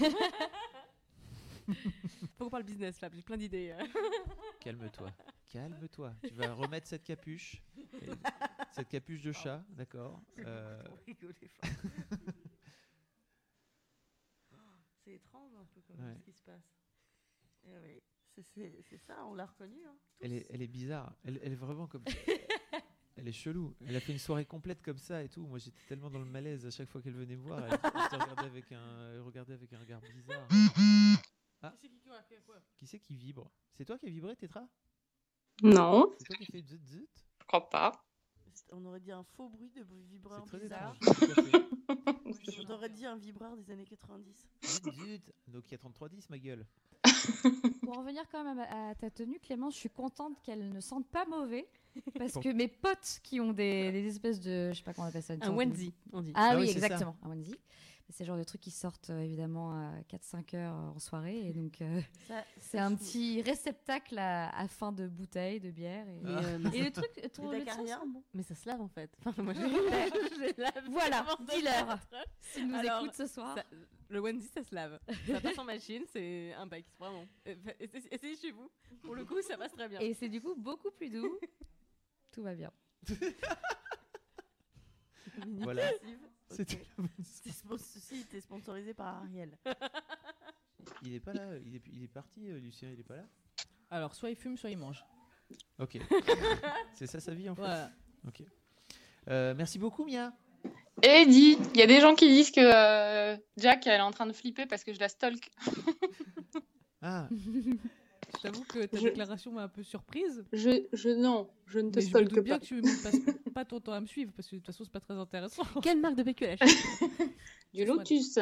Faut qu'on parle business là, j'ai plein d'idées. Calme-toi, tu vas remettre cette capuche de chat, d'accord. C'est étrange un peu comme ce qui se passe. Et oui, c'est ça, on l'a reconnu. Hein, elle est bizarre, elle est vraiment comme elle est chelou. Elle a fait une soirée complète comme ça et tout. Moi j'étais tellement dans le malaise à chaque fois qu'elle venait me voir. Elle regardait avec un regard bizarre. Ah. Qui c'est qui vibre? C'est toi qui as vibré, Tétra? Non. C'est toi qui as fait zut zut? Je crois pas. On aurait dit un faux bruit de vibreur très bizarre. On aurait dit un vibreur des années 90. Zut zut. Donc il y a 3310 ma gueule. Pour en venir quand même à ta tenue, Clémence, je suis contente qu'elle ne sente pas mauvais. Parce que mes potes qui ont des espèces de... Je sais pas comment on appelle ça. Un onesie, on dit. Ah oui, exactement. Un onesie. C'est le genre de trucs qui sortent évidemment à 4-5 heures en soirée. Et donc, c'est un petit réceptacle à fin de bouteille, de bière. Et le truc, le carrière, bon. Mais ça se lave en fait. Enfin, moi, je lave. Voilà, dis-leur. S'ils nous écoutent ce soir. Le onesie, ça se lave. Ça passe en machine, c'est un bec, vraiment. Essayez chez vous. Pour le coup, ça passe très bien. Et c'est du coup beaucoup plus doux. Tout va bien. Voilà. C'était ceci était sponsorisé par Ariel. Il est pas là, il est parti, Lucien, il est pas là. Alors, soit il fume, soit il mange. Ok. C'est ça sa vie en fait. Voilà. Ok. Merci beaucoup, Mia. Et dit, il y a des gens qui disent que Jack, elle est en train de flipper parce que je la stalk. Ah. Je t'avoue que ta déclaration m'a un peu surprise. Non, je ne te mais stalk je me doute bien pas. que tu ne passes pas ton temps à me suivre parce que de toute façon c'est pas très intéressant. Quelle marque de PQ elle achète? Du Lotus.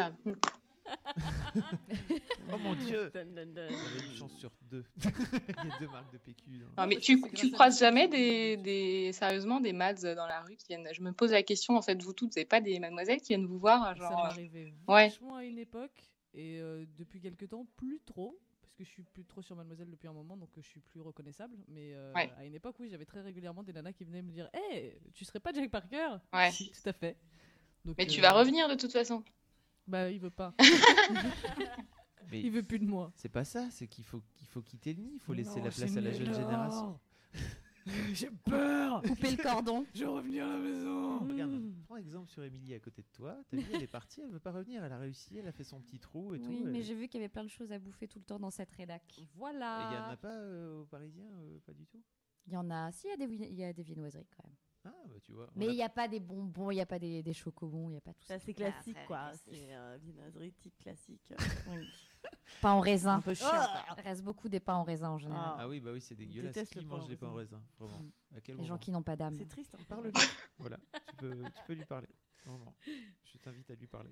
Oh mon dieu. Il y avait une chance sur 2. Il y a 2 marques de PQ. Non, mais tu croises jamais sérieusement des mads dans la rue qui viennent. Je me pose la question en fait, vous toutes, vous n'avez pas des mademoiselles qui viennent vous voir genre. Ça m'est arrivé ouais. Vachement à une époque et depuis quelques temps plus trop. Parce que je suis plus trop sur Mademoiselle depuis un moment, donc je suis plus reconnaissable. Mais ouais. À une époque, oui, j'avais très régulièrement des nanas qui venaient me dire hey, tu serais pas Jack Parker? Ouais. Si, tout à fait. Donc, mais tu vas revenir de toute façon. Bah, il veut pas. Mais il veut plus de moi. C'est pas ça, c'est qu'il faut quitter le nid, il faut laisser la place à la jeune génération. J'ai peur. Couper le cordon. Je vais revenir à la maison. Regarde, prends exemple sur Émilie à côté de toi. T'as vu, elle est partie, elle veut pas revenir. Elle a réussi, elle a fait son petit trou et tout. Oui, mais j'ai vu qu'il y avait plein de choses à bouffer tout le temps dans cette rédac. Voilà. Il y en a pas aux Parisiens, pas du tout. Il y en a. Si, il y a des viennoiseries quand même. Ah, bah tu vois. Mais il n'y a pas des bonbons, il n'y a pas des chocobons, il n'y a pas tout ça. C'est classique quoi. C'est viennoiserie type classique. Oui. Pain en raisin. Un peu chiant. Il reste beaucoup des pains en raisin en général. Ah oui, bah oui, c'est dégueulasse. Qui mange des pains en raisin? Vraiment. À quel Les moment gens qui n'ont pas d'âme. C'est triste. Parle-lui. Voilà, tu peux lui parler. Vraiment. Je t'invite à lui parler.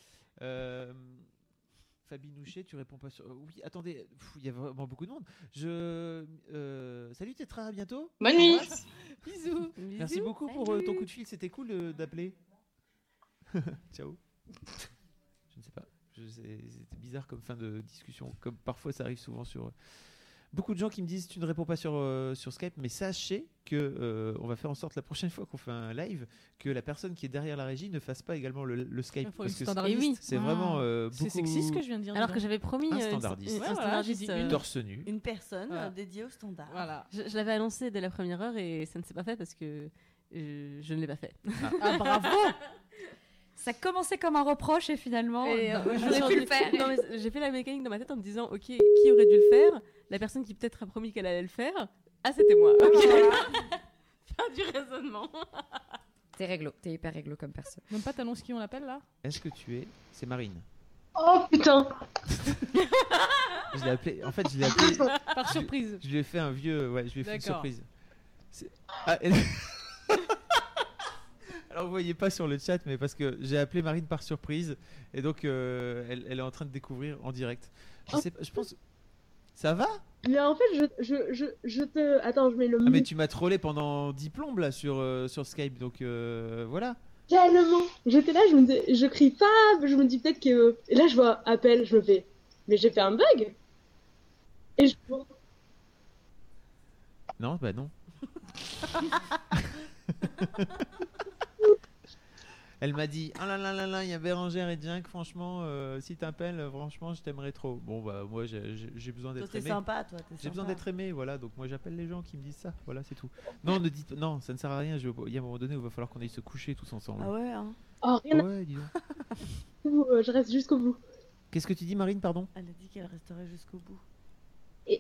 Fabinouché, tu réponds pas sur. Oui, attendez, il y a vraiment beaucoup de monde. Salut Tétra, à bientôt. Bonne nuit. Bisous. Merci beaucoup pour ton coup de fil, c'était cool d'appeler. Ciao. Je ne sais pas. C'était bizarre comme fin de discussion. Comme parfois ça arrive souvent sur. Beaucoup de gens qui me disent tu ne réponds pas sur Skype, mais sachez que on va faire en sorte la prochaine fois qu'on fait un live que la personne qui est derrière la régie ne fasse pas également le Skype parce que c'est vraiment beaucoup. C'est sexiste ce que je viens de dire. Alors que j'avais promis un standardiste, un standardiste torse nu, une personne dédiée au standard. Voilà. Je l'avais annoncé dès la première heure et ça ne s'est pas fait parce que je ne l'ai pas fait. Ah bravo. Ça commençait comme un reproche et finalement, j'aurais pu le faire. Non, mais j'ai fait la mécanique dans ma tête en me disant, ok, qui aurait dû le faire? La personne qui peut-être a promis qu'elle allait le faire, Ah, c'était moi. Ok. Fin du raisonnement. T'es réglo, t'es hyper réglo comme personne. Même pas t'annonces qui on appelle là? Est-ce que tu es... C'est Marine. Oh putain. Je l'ai appelé... En fait, je l'ai appelé... Par surprise. Je lui ai fait un vieux... Ouais, je lui ai fait une D'accord. surprise. Ah, elle... Alors, vous voyez pas sur le chat, mais parce que j'ai appelé Marine par surprise. Et donc, elle est en train de découvrir en direct. Je pense... Ça va? Mais en fait, je te... Attends, je mets le Ah, mais mute. tu m'as trollé pendant 10 plombes là sur Skype, donc voilà. Tellement. J'étais là, je crie pas, je me dis peut-être que... Et là, je vois appel, je me fais... Mais j'ai fait un bug. Et je... Non, bah non. Elle m'a dit ah là là là là, il y a Bérangère et Junk, franchement, si t'appelles, franchement, je t'aimerais trop. Bon, bah, moi, j'ai besoin d'être Toi, aimé. t'es sympa, toi. J'ai besoin d'être aimé, voilà. Donc, moi, j'appelle les gens qui me disent ça. Voilà, c'est tout. Non, ne dites non, ça ne sert à rien. Il y a un moment donné où il va falloir qu'on aille se coucher tous ensemble. Ah ouais, hein. Oh, rien Ouais, dis donc. à... Je reste jusqu'au bout. Qu'est-ce que tu dis, Marine, pardon? Elle a dit qu'elle resterait jusqu'au bout. Et...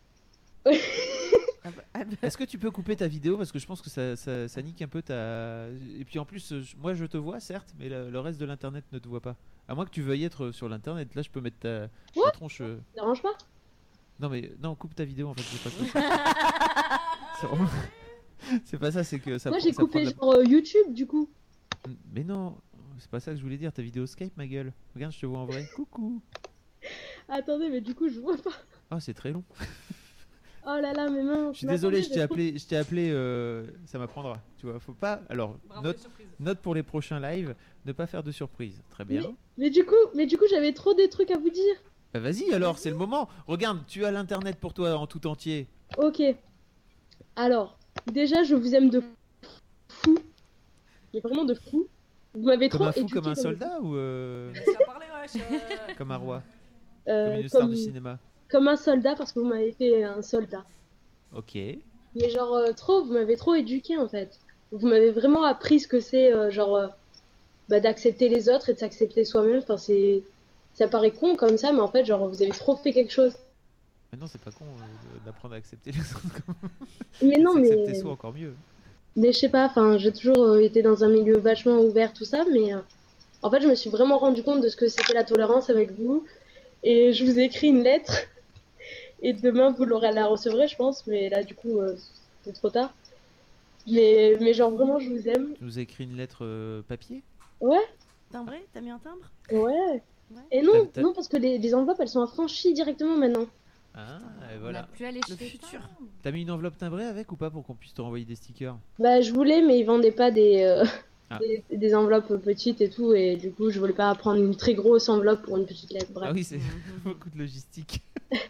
Est-ce que tu peux couper ta vidéo parce que je pense que ça nique un peu ta... Et puis en plus, moi je te vois certes, mais le reste de l'internet ne te voit pas. À moins que tu veuilles être sur l'internet, là je peux mettre ta tronche... Ça dérange pas? Non mais non, coupe ta vidéo en fait, c'est pas ça. C'est pas ça, c'est que ça... Moi j'ai ça coupé prend de genre YouTube du coup. Mais non, c'est pas ça que je voulais dire, ta vidéo Skype ma gueule. Regarde, je te vois en vrai. Coucou. Attendez, mais du coup je vois pas. Oh, c'est très long. Oh là là, mais mince. Je suis désolé, je t'ai appelé, ça m'apprendra. Tu vois, faut pas. Alors, note pour les prochains lives, ne pas faire de surprise. Très bien. Mais du coup, j'avais trop des trucs à vous dire. Bah vas-y alors, c'est le moment. Regarde, tu as l'internet pour toi en tout entier. Ok. Alors, déjà, je vous aime de fou. Mais vraiment de fou. Vous m'avez Comme trop un fou, éduqué comme un dans le- soldat ou comme un roi, comme une star du cinéma. Comme un soldat parce que vous m'avez fait un soldat. Ok. Mais genre vous m'avez trop éduqué en fait. Vous m'avez vraiment appris ce que c'est d'accepter les autres et de s'accepter soi-même. Enfin ça paraît con comme ça, mais en fait genre vous avez trop fait quelque chose. Mais non, c'est pas con d'apprendre à accepter les autres. Mais non, mais Accepter soi encore mieux. Mais je sais pas, enfin j'ai toujours été dans un milieu vachement ouvert tout ça, mais en fait je me suis vraiment rendu compte de ce que c'était la tolérance avec vous. Et je vous ai écrit une lettre. Et demain, vous la recevrez, je pense. Mais là, du coup, c'est trop tard. Mais genre, vraiment, je vous aime. Tu nous as écrit une lettre papier? Ouais. Timbré? T'as mis un timbre? Ouais. Et non, non, parce que les enveloppes, elles sont affranchies directement maintenant. Ah, et voilà. Plus aller Le chez futur. T'as mis une enveloppe timbrée avec ou pas pour qu'on puisse te renvoyer des stickers? Bah, je voulais, mais ils vendaient pas des Ah. des enveloppes petites et tout. Et du coup, je voulais pas prendre une très grosse enveloppe pour une petite lettre. Bref. Ah oui, c'est beaucoup de logistique.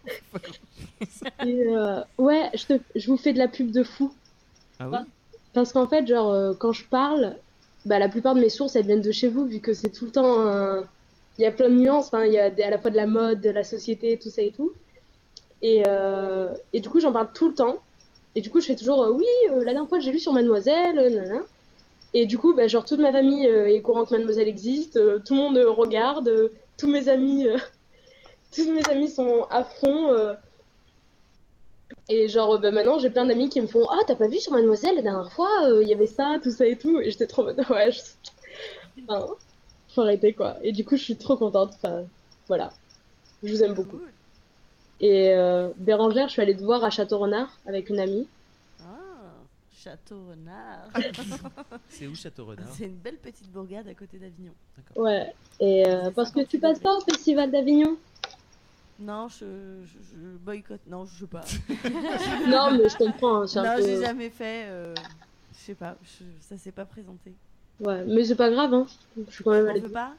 Et, ouais, je vous fais de la pub de fou. Ah oui? Parce qu'en fait, genre, quand je parle, bah, la plupart de mes sources, elles viennent de chez vous, vu que c'est tout le temps... Il y a plein de nuances, enfin, il y a à la fois de la mode, de la société, tout ça et tout. Et du coup, j'en parle tout le temps. Et du coup, je fais toujours, oui, la dernière fois, j'ai lu sur Mademoiselle, nanana. Et du coup, bah, genre, toute ma famille est au courant que Mademoiselle existe, tout le monde regarde, tous mes amis sont à fond. Et genre, bah, maintenant, j'ai plein d'amis qui me font, ah, t'as pas vu sur Mademoiselle la dernière fois, il y avait ça, tout ça et tout. Et j'étais trop en mode, ouais, enfin, faut arrêter quoi. Et du coup, je suis trop contente. Enfin, voilà. Je vous aime beaucoup. Et Bérangère, je suis allée te voir à Château-Renard avec une amie. Château-Renard. C'est où Château-Renard? C'est une belle petite bourgade à côté d'Avignon. Ouais. Et parce que tu passes pas au Festival d'Avignon? Non, je boycotte. Non, je sais pas. Non, mais je comprends. C'est un Non, peu... j'ai jamais fait. Je sais pas. Ça s'est pas présenté. Ouais, mais c'est pas grave, hein. Je suis quand même allée. On veut pas.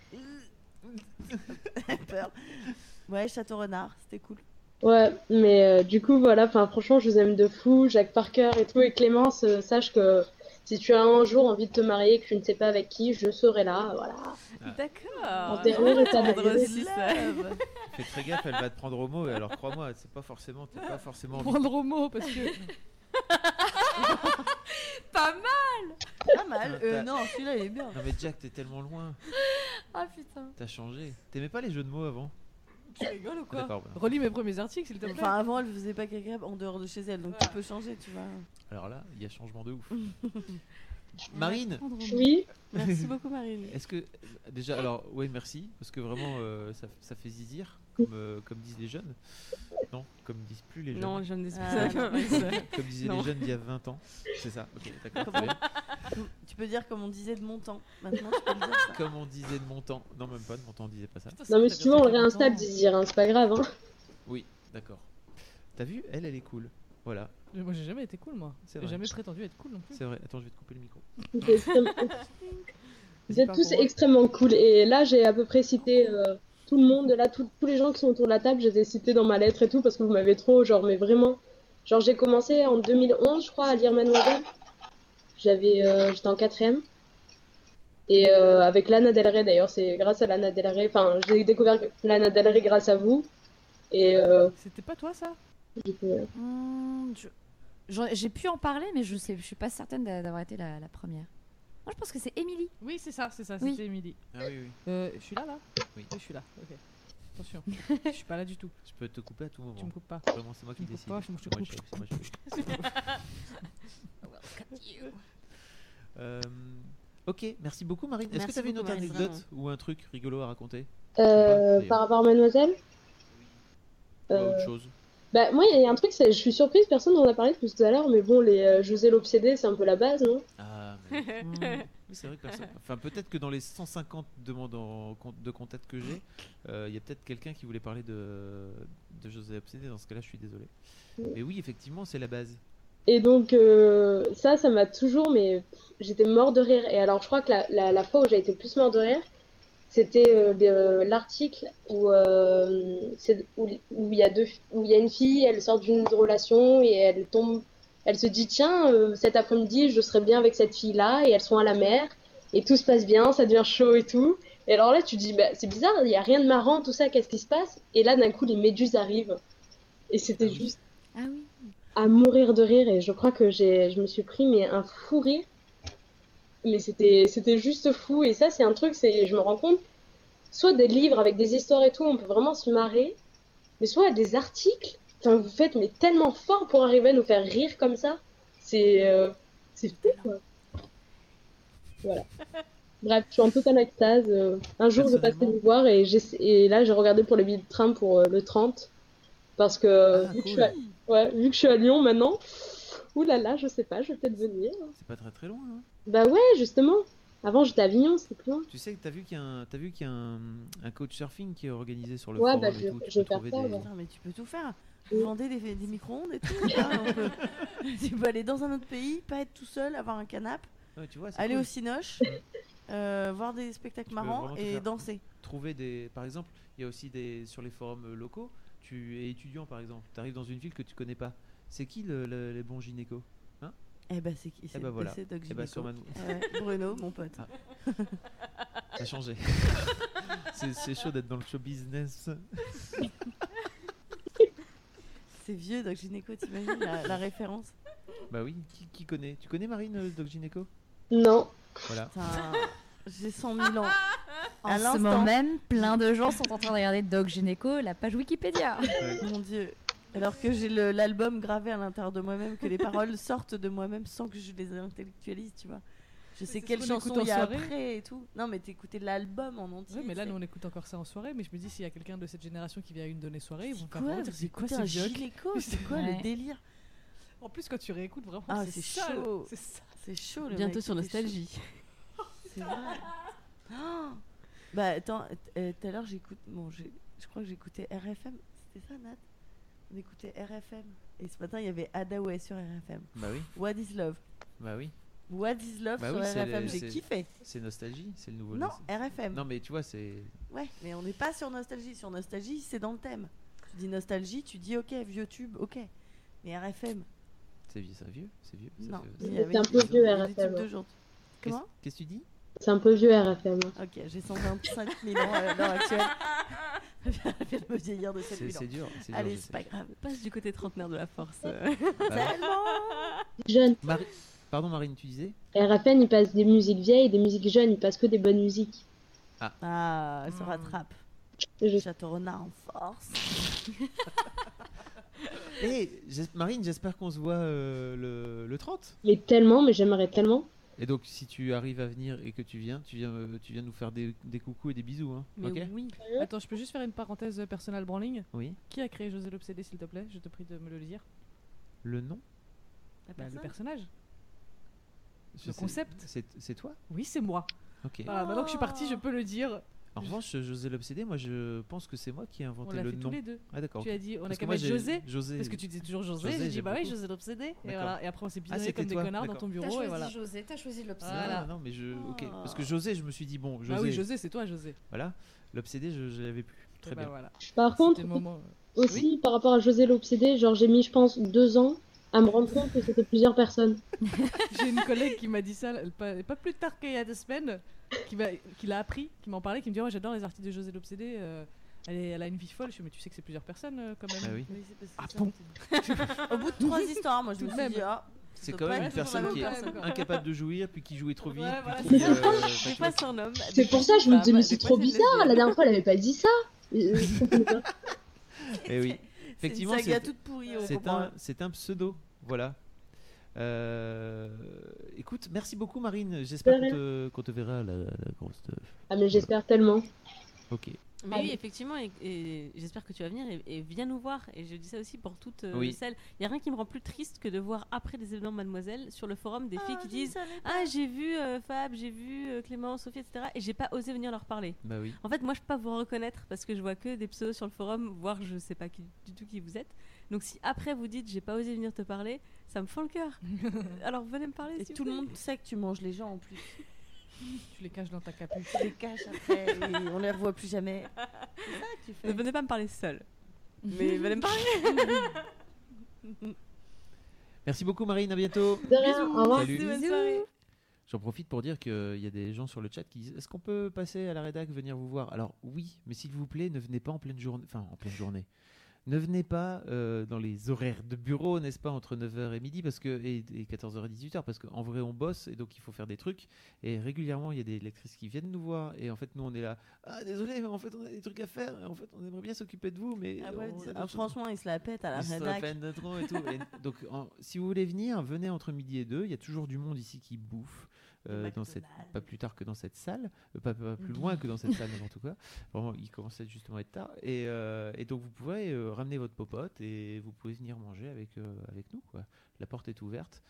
Peur. Ouais, Château-Renard, c'était cool. Ouais, mais du coup, voilà, enfin, franchement, je vous aime de fou, Jacques Parker et tout, et Clémence, sache que si tu as un jour envie de te marier et que tu ne sais pas avec qui, je serai là, voilà. D'accord. En dernier état de Fais très gaffe, elle va te prendre au mot, et alors crois-moi, t'es pas forcément Prendre au mot, parce que... Pas mal. Pas mal. Non, celui-là, il est bien. Non mais Jack, t'es tellement loin. Ah putain. T'as changé. T'aimais pas les jeux de mots avant? Tu rigoles ou quoi? D'accord, voilà. Relis mes premiers articles, s'il te plaît. Enfin, avant, elle faisait pas caca en dehors de chez elle, donc tu peux changer, tu vois. Alors là, il y a changement de ouf. Marine. Oui. Merci beaucoup, Marine. Est-ce que déjà, alors ouais, merci, parce que vraiment, ça fait zizir, comme disent les jeunes. Non, comme disent plus les jeunes. Non, je ne dis Ah, pas non. ça. Comme disaient Non. les jeunes d'il y a 20 ans. C'est ça. Ok, d'accord. Comment très bien. Tu peux dire comme on disait de mon temps. Maintenant, tu peux le dire ça. Comme on disait de mon temps. Non, même pas de mon temps, on disait pas ça. Non, mais si tu veux, on le réinstalle, Désir, hein, c'est pas grave. Hein. Oui, d'accord. T'as vu, elle est cool. Voilà. Mais moi, j'ai jamais été cool, moi. C'est J'ai vrai. jamais prétendu être cool non plus. C'est vrai. Attends, je vais te couper le micro. C'est extrêmement- Vous Vas-y, êtes parle tous pour moi. extrêmement cool. Et là, j'ai à peu près cité tout le monde, là, tous les gens qui sont autour de la table, je les ai cités dans ma lettre et tout, parce que vous m'avez trop, genre, mais vraiment. Genre, j'ai commencé en 2011, je crois, à lire Mademoiselle. J'étais en 4ème. Et avec Lana Del Rey, d'ailleurs, c'est grâce à Lana Del Rey. Enfin, j'ai découvert Lana Del Rey grâce à vous. Et C'était pas toi, ça? du coup, J'ai pu en parler, mais je suis pas certaine d'avoir été la première. Moi, je pense que c'est Émilie. Oui, c'est ça, Oui. c'était Émilie. Ah oui, oui. Je suis là? Oui. Je suis là, ok. Attention, je suis pas là du tout. Je peux te couper à tout moment. Tu me coupes pas. Vraiment, c'est moi qui Tu me décide. coupes pas, je te C'est moi le coupe. chef, c'est moi le chef. Ok, merci beaucoup Marine. Est-ce que Merci tu avais une beaucoup, autre Marine, anecdote ou un truc rigolo à raconter? par rapport à Mademoiselle, Ou à autre chose? bah, moi, il y a un truc, je suis surprise, personne n'en a parlé depuis tout à l'heure, mais bon, les José l'Obsédé, c'est un peu la base, non? Ah, mais... Oui, c'est vrai que personne... Enfin, peut-être que dans les 150 demandes de contact que j'ai, il y a peut-être quelqu'un qui voulait parler de José Obsédé. Dans ce cas-là, je suis désolé. Mais oui, effectivement, c'est la base. Et donc, ça m'a toujours, mais j'étais mort de rire. Et alors, je crois que la fois où j'ai été le plus mort de rire, c'était l'article où il y a une fille, elle sort d'une relation et elle se dit, tiens, cet après-midi, je serai bien avec cette fille-là, et elles sont à la mer, et tout se passe bien, ça devient chaud et tout. Et alors là, tu te dis, bah, c'est bizarre, il n'y a rien de marrant, tout ça, qu'est-ce qui se passe? Et là, d'un coup, les méduses arrivent. Et c'était juste Ah oui. à mourir de rire, et je crois que je me suis pris mais un fou rire. Mais c'était juste fou, et ça, c'est un truc, je me rends compte, soit des livres avec des histoires et tout, on peut vraiment se marrer, mais soit des articles, enfin, vous faites mais tellement fort pour arriver à nous faire rire comme ça, c'est fou, quoi. Voilà. Bref, je suis en totale extase. Un jour, je passais Personnellement. vous voir, et là, j'ai regardé pour le billet de train pour le 30, parce que vu que je suis vu que je suis à Lyon maintenant, oulala, je sais pas, je vais peut-être venir. C'est pas très très loin, hein. Bah ouais, justement. Avant, j'étais à Avignon, c'était plus loin. Tu sais que t'as vu qu'il y a un coach surfing qui est organisé sur le Ouais, forum bah, et tout. Tu je peux vais faire trouver ça, des... ouais. Putain, mais tu peux tout faire. Vous vendez des micro-ondes et tout. Hein, tu peux aller dans un autre pays, pas être tout seul, avoir un canapé, Ouais, tu vois, c'est aller cool. au Cinoche, voir des spectacles peux marrants vraiment tout et faire. danser. Trouver des... Par exemple, il y a aussi sur les forums locaux, tu es étudiant par exemple, tu arrives dans une ville que tu connais pas. C'est qui les bons gynécos? Hein? Eh ben c'est qui? Eh ben voilà. C'est Doc Eh ben, Gynéco. sur Manu. Ouais, Bruno, mon pote. Ah. Ça a changé. C'est chaud d'être dans le show business. C'est vieux, Doc Gynéco, t'imagines la référence? Bah oui, qui connaît? Tu connais Marine, Doc Gynéco? Non. Voilà. Putain, j'ai 100 000 ans. En ce moment même, plein de gens sont en train de regarder Doc Gynéco, la page Wikipédia. Mon Dieu. Alors que j'ai l'album gravé à l'intérieur de moi-même, que les paroles sortent de moi-même sans que je les intellectualise, tu vois. Je sais c'est quelle ce qu'on chanson écoute en il y a soirée. après et tout. Non, mais t'écoutais l'album en entier. Ouais, mais là, tu sais. nous, on écoute encore ça en soirée. Mais je me dis, s'il y a quelqu'un de cette génération qui vient à une donnée soirée, ils vont Quoi, vraiment dire, vous c'est quoi écoutez ce un vieux gynéco? C'est quoi Ouais. le délire? En plus, quand tu réécoutes, vraiment, Ah, c'est c'est sale. chaud. C'est ça. C'est chaud le Bientôt mec, sur il est Nostalgie. chaud. C'est vrai. Oh bah attends, tout à l'heure j'écoute. Bon, je crois que j'écoutais RFM. C'était ça, Nat? On écoutait RFM. Et ce matin, il y avait Adaway sur RFM. Bah oui. What is Love? Bah oui. What is Love Bah sur oui, c'est RFM. J'ai c'est- kiffé. C'est Nostalgie, c'est le nouveau. Non, RFM. Non mais tu vois, c'est... Ouais, mais on n'est pas sur Nostalgie. Sur Nostalgie, c'est dans le thème. Tu dis Nostalgie, tu dis ok, vieux tube, ok. Mais RFM, C'est vieux, c'est vieux, c'est vieux. ça non. fait- Il y C'est avait un des- peu vieux, des RFM, tubes ouais. d'aujourd'hui. Comment? Qu'est-ce que tu dis? C'est un peu vieux RFM. Ok, j'ai 125 000 ans à l'heure actuelle. Elle vient de me vieillir de 7 000 ans. C'est dur. C'est dur, Allez, je c'est sais. pas grave. Passe du côté trentenaire de la force. Bah ouais. Jeune. Pardon Marine, tu disais? RFM, il passe des musiques vieilles et des musiques jeunes, il passe que des bonnes musiques. Ah, elle se rattrape. Château Renard en force. Marine, j'espère qu'on se voit le 30. Mais tellement, mais j'aimerais tellement. Et donc, si tu arrives à venir et que tu viens nous faire des coucous et des bisous. Hein. Mais ok. oui. Attends, je peux juste faire une parenthèse personnelle branling. Oui. Qui a créé José l'Obsédé, s'il te plaît? Je te prie de me le dire. Le nom? Le personnage. Le concept. C'est toi? Oui, c'est moi. Ok. Voilà, maintenant que je suis partie, je peux le dire. En revanche, José l'Obsédé, moi je pense que c'est moi qui ai inventé On l'a le fait nom. tous les deux. Ah d'accord. Tu as dit, on a Parce que qu'à moi, mettre José. Parce que tu disais toujours José. J'ai dit, j'aime bah oui, beaucoup. José l'Obsédé. Et D'accord. voilà. Et après, on s'est bidonné c'était comme des toi, connards dans d'accord. ton bureau. T'as Et choisi voilà. José, t'as choisi l'Obsédé. Voilà. Non, mais ok. Parce que José, je me suis dit bon, José. Ah oui, José, c'est toi, José. Voilà. L'Obsédé, je l'avais plus. Très bien. Voilà. Par contre, Le moment... aussi par rapport à José l'Obsédé, genre j'ai mis, je pense, 2 ans à me rendre compte que c'était plusieurs personnes. J'ai une collègue qui m'a dit ça, pas plus tard qu'il y a 2 semaines, qui l'a appris, qui m'en parlait, qui me dit, ouais, j'adore les articles de José l'Obsédé. Elle a une vie folle. Je suis, mais tu sais que c'est plusieurs personnes quand même. Ah oui. Ah bon. Au bout de 3 histoires, moi je me suis dit, c'est quand même une personne qui est incapable de jouir, puis qui jouait trop vite. Ouais, puis voilà. Des fois c'est un homme. C'est pour ça que je me disais, mais c'est trop bizarre. La dernière fois, elle avait pas dit ça. Et oui. Effectivement, c'est une saga toute pourrie. c'est un pseudo. Voilà. Écoute, merci beaucoup Marine. J'espère qu'on te verra à la grosse teuf. Ah mais j'espère tellement. Ok. Mais oui, effectivement, et j'espère que tu vas venir et viens nous voir. Et je dis ça aussi pour toutes celles. Il n'y a rien qui me rend plus triste que de voir après les événements Mademoiselle sur le forum des filles qui disent ah, j'ai vu Fab, j'ai vu Clément, Sophie, etc. Et j'ai pas osé venir leur parler. Bah oui. En fait, moi je peux pas vous reconnaître parce que je vois que des pseudos sur le forum, voire je sais pas du tout qui vous êtes. Donc si après vous dites j'ai pas osé venir te parler, ça me fend le cœur. Alors venez me parler. Et tout le monde sait que tu manges les gens en plus. Tu les caches dans ta capuche. Tu les caches après et on les revoit plus jamais. C'est ça que tu fais. Ne venez pas me parler seul. Mais venez me parler. Merci beaucoup Marine, à bientôt. De rien, au revoir. Salut. Bonne soirée. J'en profite pour dire qu'il y a des gens sur le chat qui disent est-ce qu'on peut passer à la rédac, venir vous voir? Alors oui, mais s'il vous plaît, ne venez pas en pleine journée. Enfin, en pleine journée. Ne venez pas dans les horaires de bureau, n'est-ce pas, entre 9h et midi et 14h et 18h, parce qu'en vrai, on bosse et donc il faut faire des trucs. Et régulièrement, il y a des lectrices qui viennent nous voir. Et en fait, nous, on est là. Ah, désolé, mais en fait, on a des trucs à faire. Et en fait, on aimerait bien s'occuper de vous. Mais franchement, ils se la pètent à la rédac. Ils se la pètent de trop et tout. Et donc, si vous voulez venir, venez entre midi et 2. Il y a toujours du monde ici qui bouffe. Pas plus tard que dans cette salle, pas plus loin que dans cette salle, mais en tout cas, vraiment, il commence à justement être tard. Et donc vous pouvez ramener votre popote et vous pouvez venir manger avec nous, quoi. La porte est ouverte.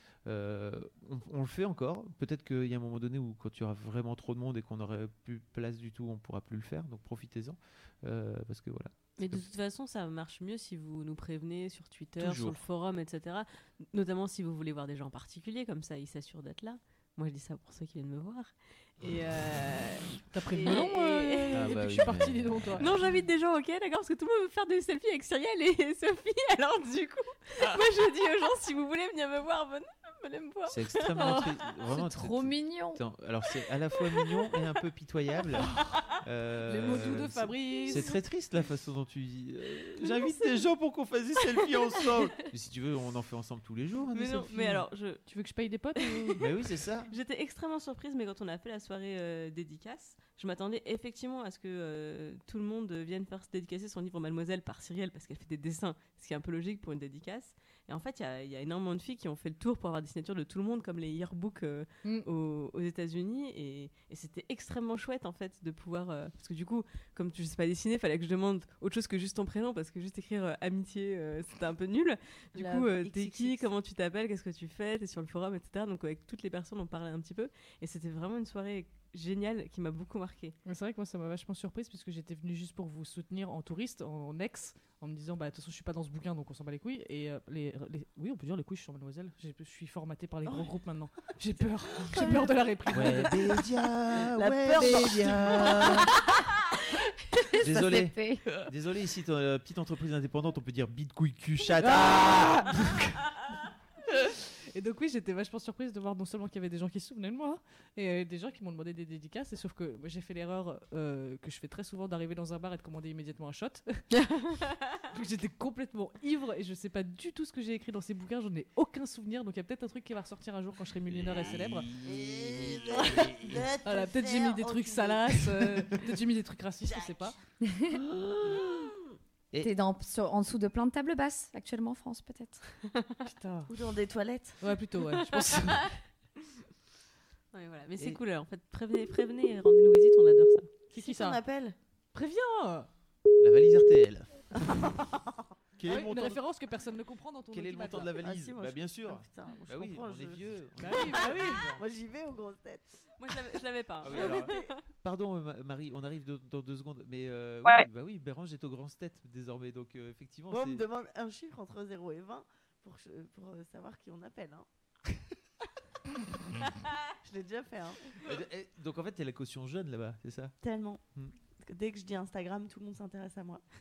On le fait encore. Peut-être qu'il y a un moment donné où quand il y aura vraiment trop de monde et qu'on n'aurait plus de place du tout, on pourra plus le faire. Donc profitez-en, parce que voilà. Mais de toute façon, ça marche mieux si vous nous prévenez sur Twitter, Toujours. sur le forum, etc. Notamment si vous voulez voir des gens en particulier, comme ça, ils s'assurent d'être là. Moi, je dis ça pour ceux qui viennent me voir. Et t'as pris le melon bah je suis partie, dis donc, toi. Non, j'invite des gens, ok, d'accord, parce que tout le monde veut faire des selfies avec Cyrielle et Sophie. Alors, du coup, moi, je dis aux gens, si vous voulez venir me voir, venez me voir. C'est extrêmement vraiment c'est trop mignon. Alors, c'est à la fois mignon et un peu pitoyable. Les mots doux de Fabrice. C'est très triste la façon dont tu dis. J'invite des gens pour qu'on fasse des selfies ensemble. Mais si tu veux, on en fait ensemble tous les jours. Hein, mais non, mais alors, tu veux que je paye des potes Mais oui, c'est ça. J'étais extrêmement surprise, mais quand on a fait la soirée dédicace, je m'attendais effectivement à ce que tout le monde vienne faire se dédicacer son livre Mademoiselle par Cyrielle, parce qu'elle fait des dessins, ce qui est un peu logique pour une dédicace. Et en fait, il y a énormément de filles qui ont fait le tour pour avoir des signatures de tout le monde, comme les yearbooks aux États-Unis. Et c'était extrêmement chouette, en fait, de pouvoir. Parce que du coup, comme je sais pas dessiner, il fallait que je demande autre chose que juste ton prénom, parce que juste écrire amitié, c'était un peu nul. Du coup, t'es qui, comment tu t'appelles, qu'est-ce que tu fais, t'es sur le forum, etc. Donc, avec toutes les personnes, on parlait un petit peu. Et c'était vraiment une soirée géniale qui m'a beaucoup marqué. C'est vrai que moi ça m'a vachement surprise puisque j'étais venue juste pour vous soutenir en touriste, en ex, en me disant bah de toute façon je suis pas dans ce bouquin donc on s'en bat les couilles et oui on peut dire les couilles je suis sur Mademoiselle, je suis formatée par les gros groupes maintenant. J'ai peur de la réplique. Ouais, Désolé ici petite entreprise indépendante on peut dire bite couille cul chat. Et donc oui, j'étais vachement surprise de voir non seulement qu'il y avait des gens qui se souvenaient de moi, et des gens qui m'ont demandé des dédicaces, et sauf que moi, j'ai fait l'erreur que je fais très souvent d'arriver dans un bar et de commander immédiatement un shot. Donc j'étais complètement ivre et je sais pas du tout ce que j'ai écrit dans ces bouquins, j'en ai aucun souvenir, donc il y a peut-être un truc qui va ressortir un jour quand je serai millionnaire et célèbre. Voilà, peut-être j'ai mis des trucs salaces, peut-être j'ai mis des trucs racistes, je sais pas. T'es en dessous de plein de tables basses actuellement en France, peut-être. Putain. Ou dans des toilettes. Ouais, plutôt, ouais, je pense. Ouais, voilà. Mais c'est cool, en fait. Prévenez, rendez-nous visite, on adore ça. Qui ça appelle Préviens. La valise RTL. Quel est une référence que personne ne comprend dans ton Quel est le montant de la valise? Bah bien sûr. Putain, bah oui, on est vieux. Bah oui. Moi j'y vais aux grosses têtes. Moi je l'avais pas. Ah oui, alors, pardon Marie, on arrive dans 2 secondes. Mais Ouais. oui, bah oui, Bérange est aux grosses têtes désormais. Donc effectivement. Moi on me demande un chiffre entre 0 et 20 pour savoir qui on appelle. Hein. Je l'ai déjà fait. Hein. Donc en fait, t'es la caution jeune là-bas, c'est ça? Tellement. Dès que je dis Instagram, tout le monde s'intéresse à moi.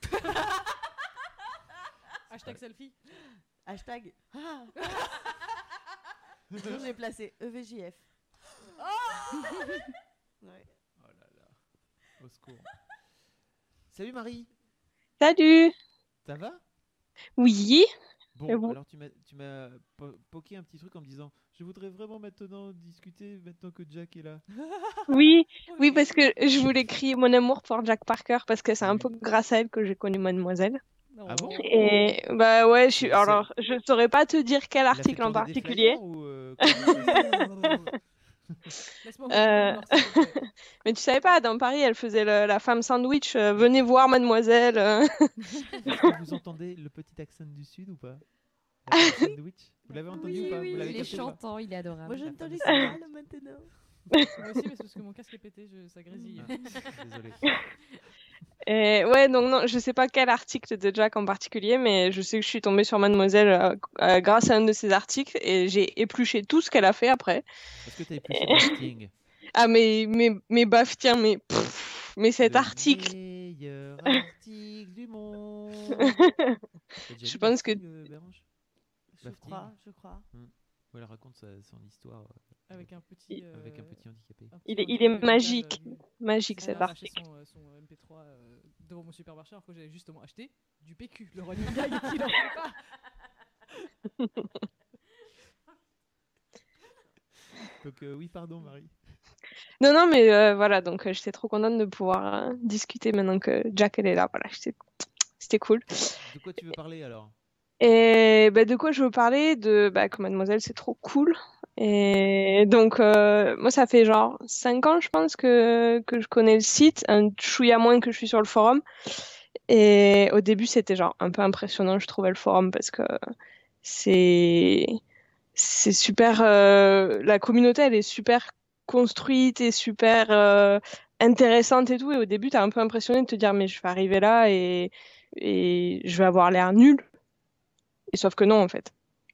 Hashtag selfie. Hashtag. J'ai placé EVJF. Ouais. Oh là là. Au secours. Salut Marie. Salut. Ça va? Oui. Bon, alors tu m'as poké un petit truc en me disant je voudrais vraiment maintenant discuter maintenant que Jack est là. Oui, parce que je voulais crier mon amour pour Jack Parker parce que c'est un peu grâce à elle que j'ai connu Mademoiselle. Ah bon? Et bah ouais, je saurais pas te dire quel article en particulier. Mais tu savais pas, dans Paris, elle faisait la femme sandwich. Venez voir Mademoiselle. Est-ce que vous entendez le petit accent du sud ou pas? La femme sandwich. Vous l'avez entendu ou pas? Oui, Vous l'avez il est capté ou pas? chantant, il est adorable. Moi je ne t'en laisse pas maintenant. Moi aussi, mais c'est parce que mon casque est pété, ça grésille. Désolé. Et ouais, donc non, je sais pas quel article de Jack en particulier, mais je sais que je suis tombée sur Mademoiselle grâce à un de ses articles et j'ai épluché tout ce qu'elle a fait après. Est-ce que t'as épluché Bastien? Ah mais Bastien, mais cet article. Meilleur article du monde. Je pense que. Je crois. Où elle raconte son histoire. Avec un petit handicapé. Il est magique. Magique cet article. Son MP3 devant mon supermarché alors que j'avais justement acheté du PQ, le running gag qui n'en fait pas. Donc oui, pardon Marie. Non, mais voilà, donc j'étais trop contente de pouvoir discuter maintenant que Jack elle est là. Voilà, c'était cool. De quoi tu veux parler alors? Et de quoi je veux parler que Mademoiselle c'est trop cool. Et donc moi ça fait genre 5 ans je pense que je connais le site, un chouïa moins que je suis sur le forum. Et au début c'était genre un peu impressionnant je trouvais le forum parce que c'est super la communauté elle est super construite et super intéressante et tout, et au début t'es un peu impressionné de te dire mais je vais arriver là et je vais avoir l'air nul. Et sauf que non, en fait.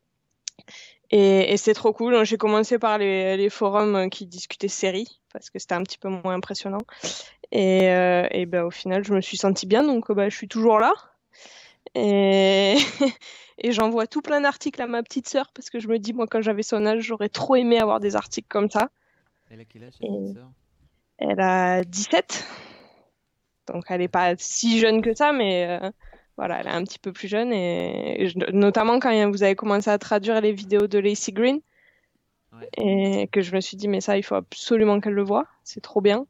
Et c'est trop cool. J'ai commencé par les forums qui discutaient séries, parce que c'était un petit peu moins impressionnant. Et au final, je me suis sentie bien, donc je suis toujours là. Et, et j'envoie tout plein d'articles à ma petite sœur, parce que je me dis, moi, quand j'avais son âge, j'aurais trop aimé avoir des articles comme ça. Elle a quel âge, ta petite sœur? Elle a 17. Donc, elle n'est pas si jeune que ça, mais... Voilà, elle est un petit peu plus jeune et notamment quand vous avez commencé à traduire les vidéos de Lacey Green et que je me suis dit mais ça il faut absolument qu'elle le voie, c'est trop bien.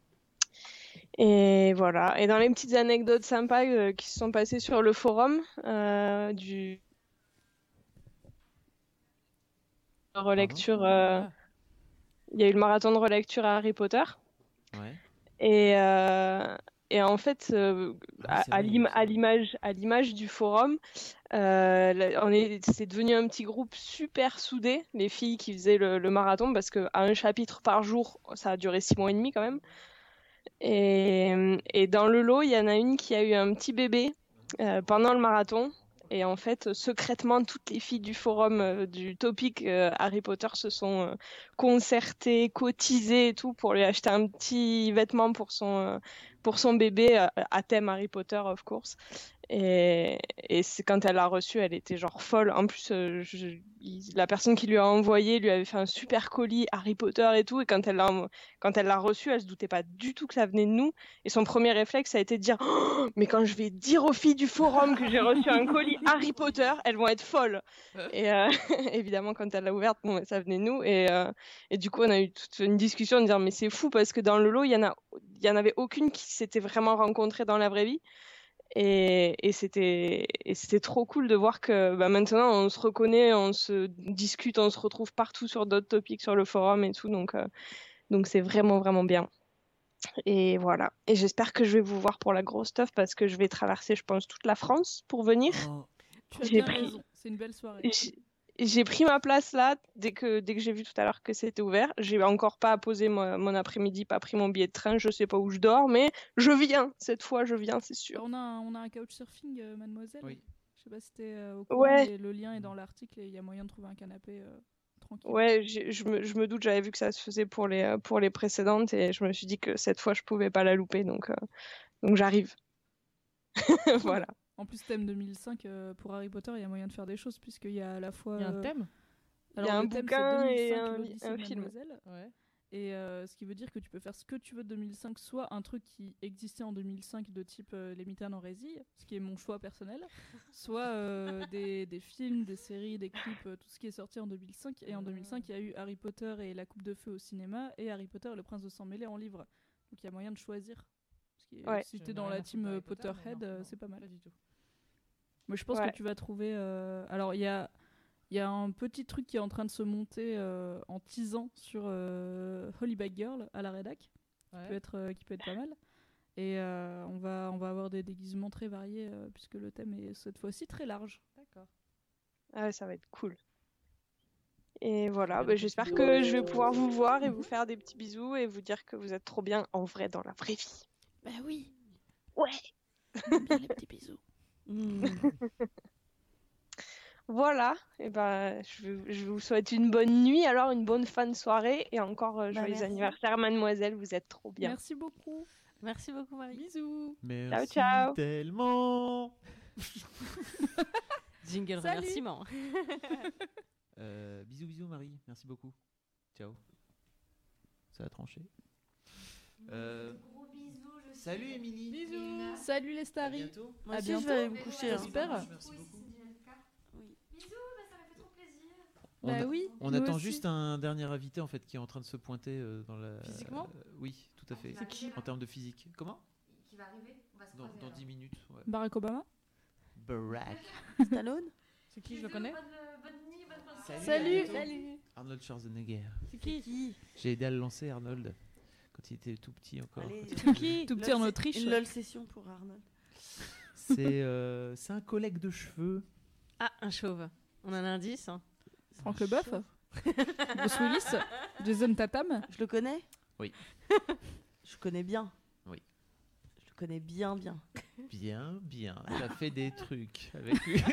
Et voilà, et dans les petites anecdotes sympas qui se sont passées sur le forum du relecture, il y a eu le marathon de relecture à Harry Potter. Et en fait, à l'image du forum, c'est devenu un petit groupe super soudé, les filles qui faisaient le marathon, parce qu'à un chapitre par jour, ça a duré 6 mois et demi quand même. Et dans le lot, il y en a une qui a eu un petit bébé pendant le marathon. Et en fait, secrètement, toutes les filles du forum du topic Harry Potter se sont concertées, cotisées et tout pour lui acheter un petit vêtement pour son bébé à thème Harry Potter, of course. Et c'est quand elle l'a reçu, elle était genre folle. En plus, la personne qui lui a envoyé lui avait fait un super colis Harry Potter et tout. Et quand elle l'a reçu, elle se doutait pas du tout que ça venait de nous. Et son premier réflexe a été de dire oh, mais quand je vais dire aux filles du forum que j'ai reçu un colis Harry Potter, elles vont être folles. Et évidemment, quand elle l'a ouverte, bon, ça venait de nous. Et du coup, on a eu toute une discussion en disant mais c'est fou parce que dans le lot, il y en avait aucune qui s'était vraiment rencontrée dans la vraie vie. Et c'était trop cool de voir que maintenant on se reconnaît, on se discute, on se retrouve partout sur d'autres topics sur le forum et tout. Donc c'est vraiment, vraiment bien. Et voilà. Et j'espère que je vais vous voir pour la grosse stuff parce que je vais traverser, je pense, toute la France pour venir. Tu as bien raison. C'est une belle soirée. J'ai pris ma place là dès que j'ai vu tout à l'heure que c'était ouvert. J'ai encore pas posé mon après-midi, pas pris mon billet de train, je sais pas où je dors, mais je viens. Cette fois, je viens, c'est sûr. On a un couchsurfing, mademoiselle. Oui. Je sais pas si t'es au courant, Ouais. mais le lien est dans l'article et il y a moyen de trouver un canapé tranquille. Ouais, je me doute, j'avais vu que ça se faisait pour les précédentes et je me suis dit que cette fois, je pouvais pas la louper, donc j'arrive. Voilà. En plus, thème 2005, pour Harry Potter, il y a moyen de faire des choses, puisqu'il y a à la fois... Il y a un thème. Il y a un le thème, bouquin c'est et 2005, l'Odyssée un de film. Mademoiselle. Ouais. Et ce qui veut dire que tu peux faire ce que tu veux de 2005, soit un truc qui existait en 2005 de type Les Mitaines en Résille, ce qui est mon choix personnel, soit des films, des séries, des clips, tout ce qui est sorti en 2005. Et en 2005, il y a eu Harry Potter et la Coupe de Feu au cinéma et Harry Potter et le Prince de Sang Mêlé en livre. Donc il y a moyen de choisir. Ouais. Si t'es dans la team Potterhead, c'est pas mal. Pas du tout. Moi, je pense que tu vas trouver... Alors, il y a un petit truc qui est en train de se monter en teasant sur Hollybag Girl à la rédac, qui peut être pas mal. Et on va avoir des déguisements très variés, puisque le thème est cette fois-ci très large. D'accord. Ah ouais, ça va être cool. Et voilà, j'espère que je vais pouvoir vous voir et vous faire des petits bisous et vous dire que vous êtes trop bien en vrai dans la vraie vie. Bah oui. Ouais. J'aime bien les petits bisous. Voilà, et je vous souhaite une bonne nuit, alors une bonne fin de soirée et encore joyeux merci. anniversaire mademoiselle, vous êtes trop bien. Merci beaucoup. Merci beaucoup Marie. Bisous. Merci ciao. tellement. Jingle Salut. remerciement. Bisous Marie, merci beaucoup. Ciao. Ça a tranché. Gros bisous. Salut Émilie. Bisous. Salut les À starries. bientôt. Moi À aussi, bientôt. je vais aller me coucher. hein. J'espère. Merci beaucoup. Bisous, ça m'a fait trop plaisir. Bah oui, On nous attend aussi. juste un dernier invité en fait qui est en train de se pointer dans la. Physiquement oui, tout à fait. C'est qui En termes de physique. Comment Qui va arriver. On va se dans, croiser, dans alors. 10 minutes. Ouais. Barack Obama. Barack. Stallone. C'est qui, je le connais? Bonne nuit, bonne fin de Salut. Salut. Arnold Schwarzenegger. C'est qui J'ai aidé à le lancer Arnold quand il était tout petit encore. Allez, Tout petit en Autriche. Une LOL session pour Arnold. C'est un collègue de cheveux. Ah, un chauve. On a un indice. Hein. Franck Leboeuf. Bruce Willis. Jason Tatum. Je le connais. Oui. Je connais bien. Oui. Je le connais bien. Bien. Il a fait des trucs avec lui.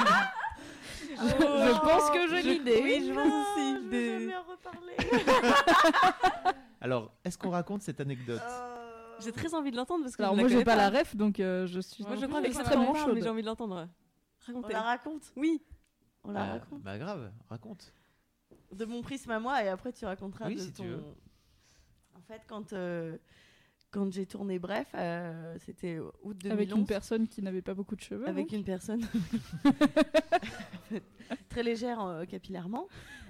Je pense que j'ai l'idée. Oui, je pense aussi. Je veux jamais en reparler. Alors, est-ce qu'on raconte cette anecdote J'ai très envie de l'entendre parce que Alors je moi la j'ai connais pas la ref donc je suis Moi je crois extrêmement mais chaude. j'ai envie de l'entendre. On Racontez. la raconte. Oui. On la raconte. Bah grave, raconte. De mon prisme à moi et après tu raconteras Oui, de si tu ton. veux. En fait, quand j'ai tourné Bref, c'était août 2011. Avec une personne qui n'avait pas beaucoup de cheveux. Avec donc. une personne très légère capillairement.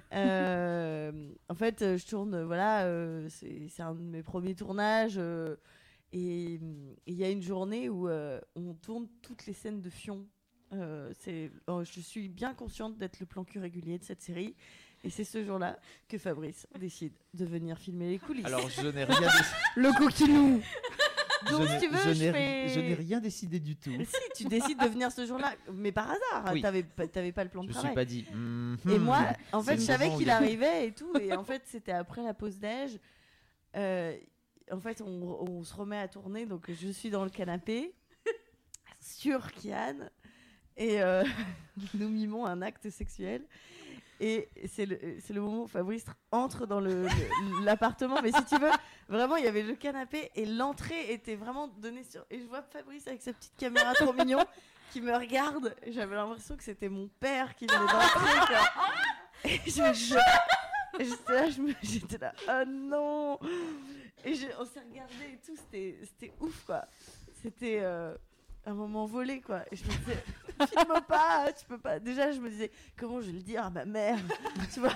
En fait, je tourne, c'est un de mes premiers tournages. Et il y a une journée où on tourne toutes les scènes de Fion. Je suis bien consciente d'être le plan cul régulier de cette série. Et c'est ce jour-là que Fabrice décide de venir filmer les coulisses. Alors, je n'ai rien décidé. Le coquinou. Donc, si tu veux, je n'ai rien décidé du tout. Mais si, tu décides de venir ce jour-là, mais par hasard, Oui. t'avais pas le plan de Je me travail. suis pas dit. Et moi, en c'est fait, le je savais moment où qu'il il y a- arrivait et tout. Et en fait, c'était après la pause déj. En fait, on se remet à tourner. Donc, je suis dans le canapé sur Kian. Et nous mimons un acte sexuel. Et c'est le moment où Fabrice entre dans l'appartement. Mais si tu veux, vraiment, il y avait le canapé et l'entrée était vraiment donnée sur... Et je vois Fabrice avec sa petite caméra trop mignon qui me regarde. Et j'avais l'impression que c'était mon père qui venait d'entrer, quoi. Et j'étais là, oh non. Et on s'est regardé et tout, c'était ouf, quoi. C'était un moment volé, quoi. Et je me disais, filme pas, tu peux pas. Déjà, je me disais, comment je vais le dire à ma mère, tu vois.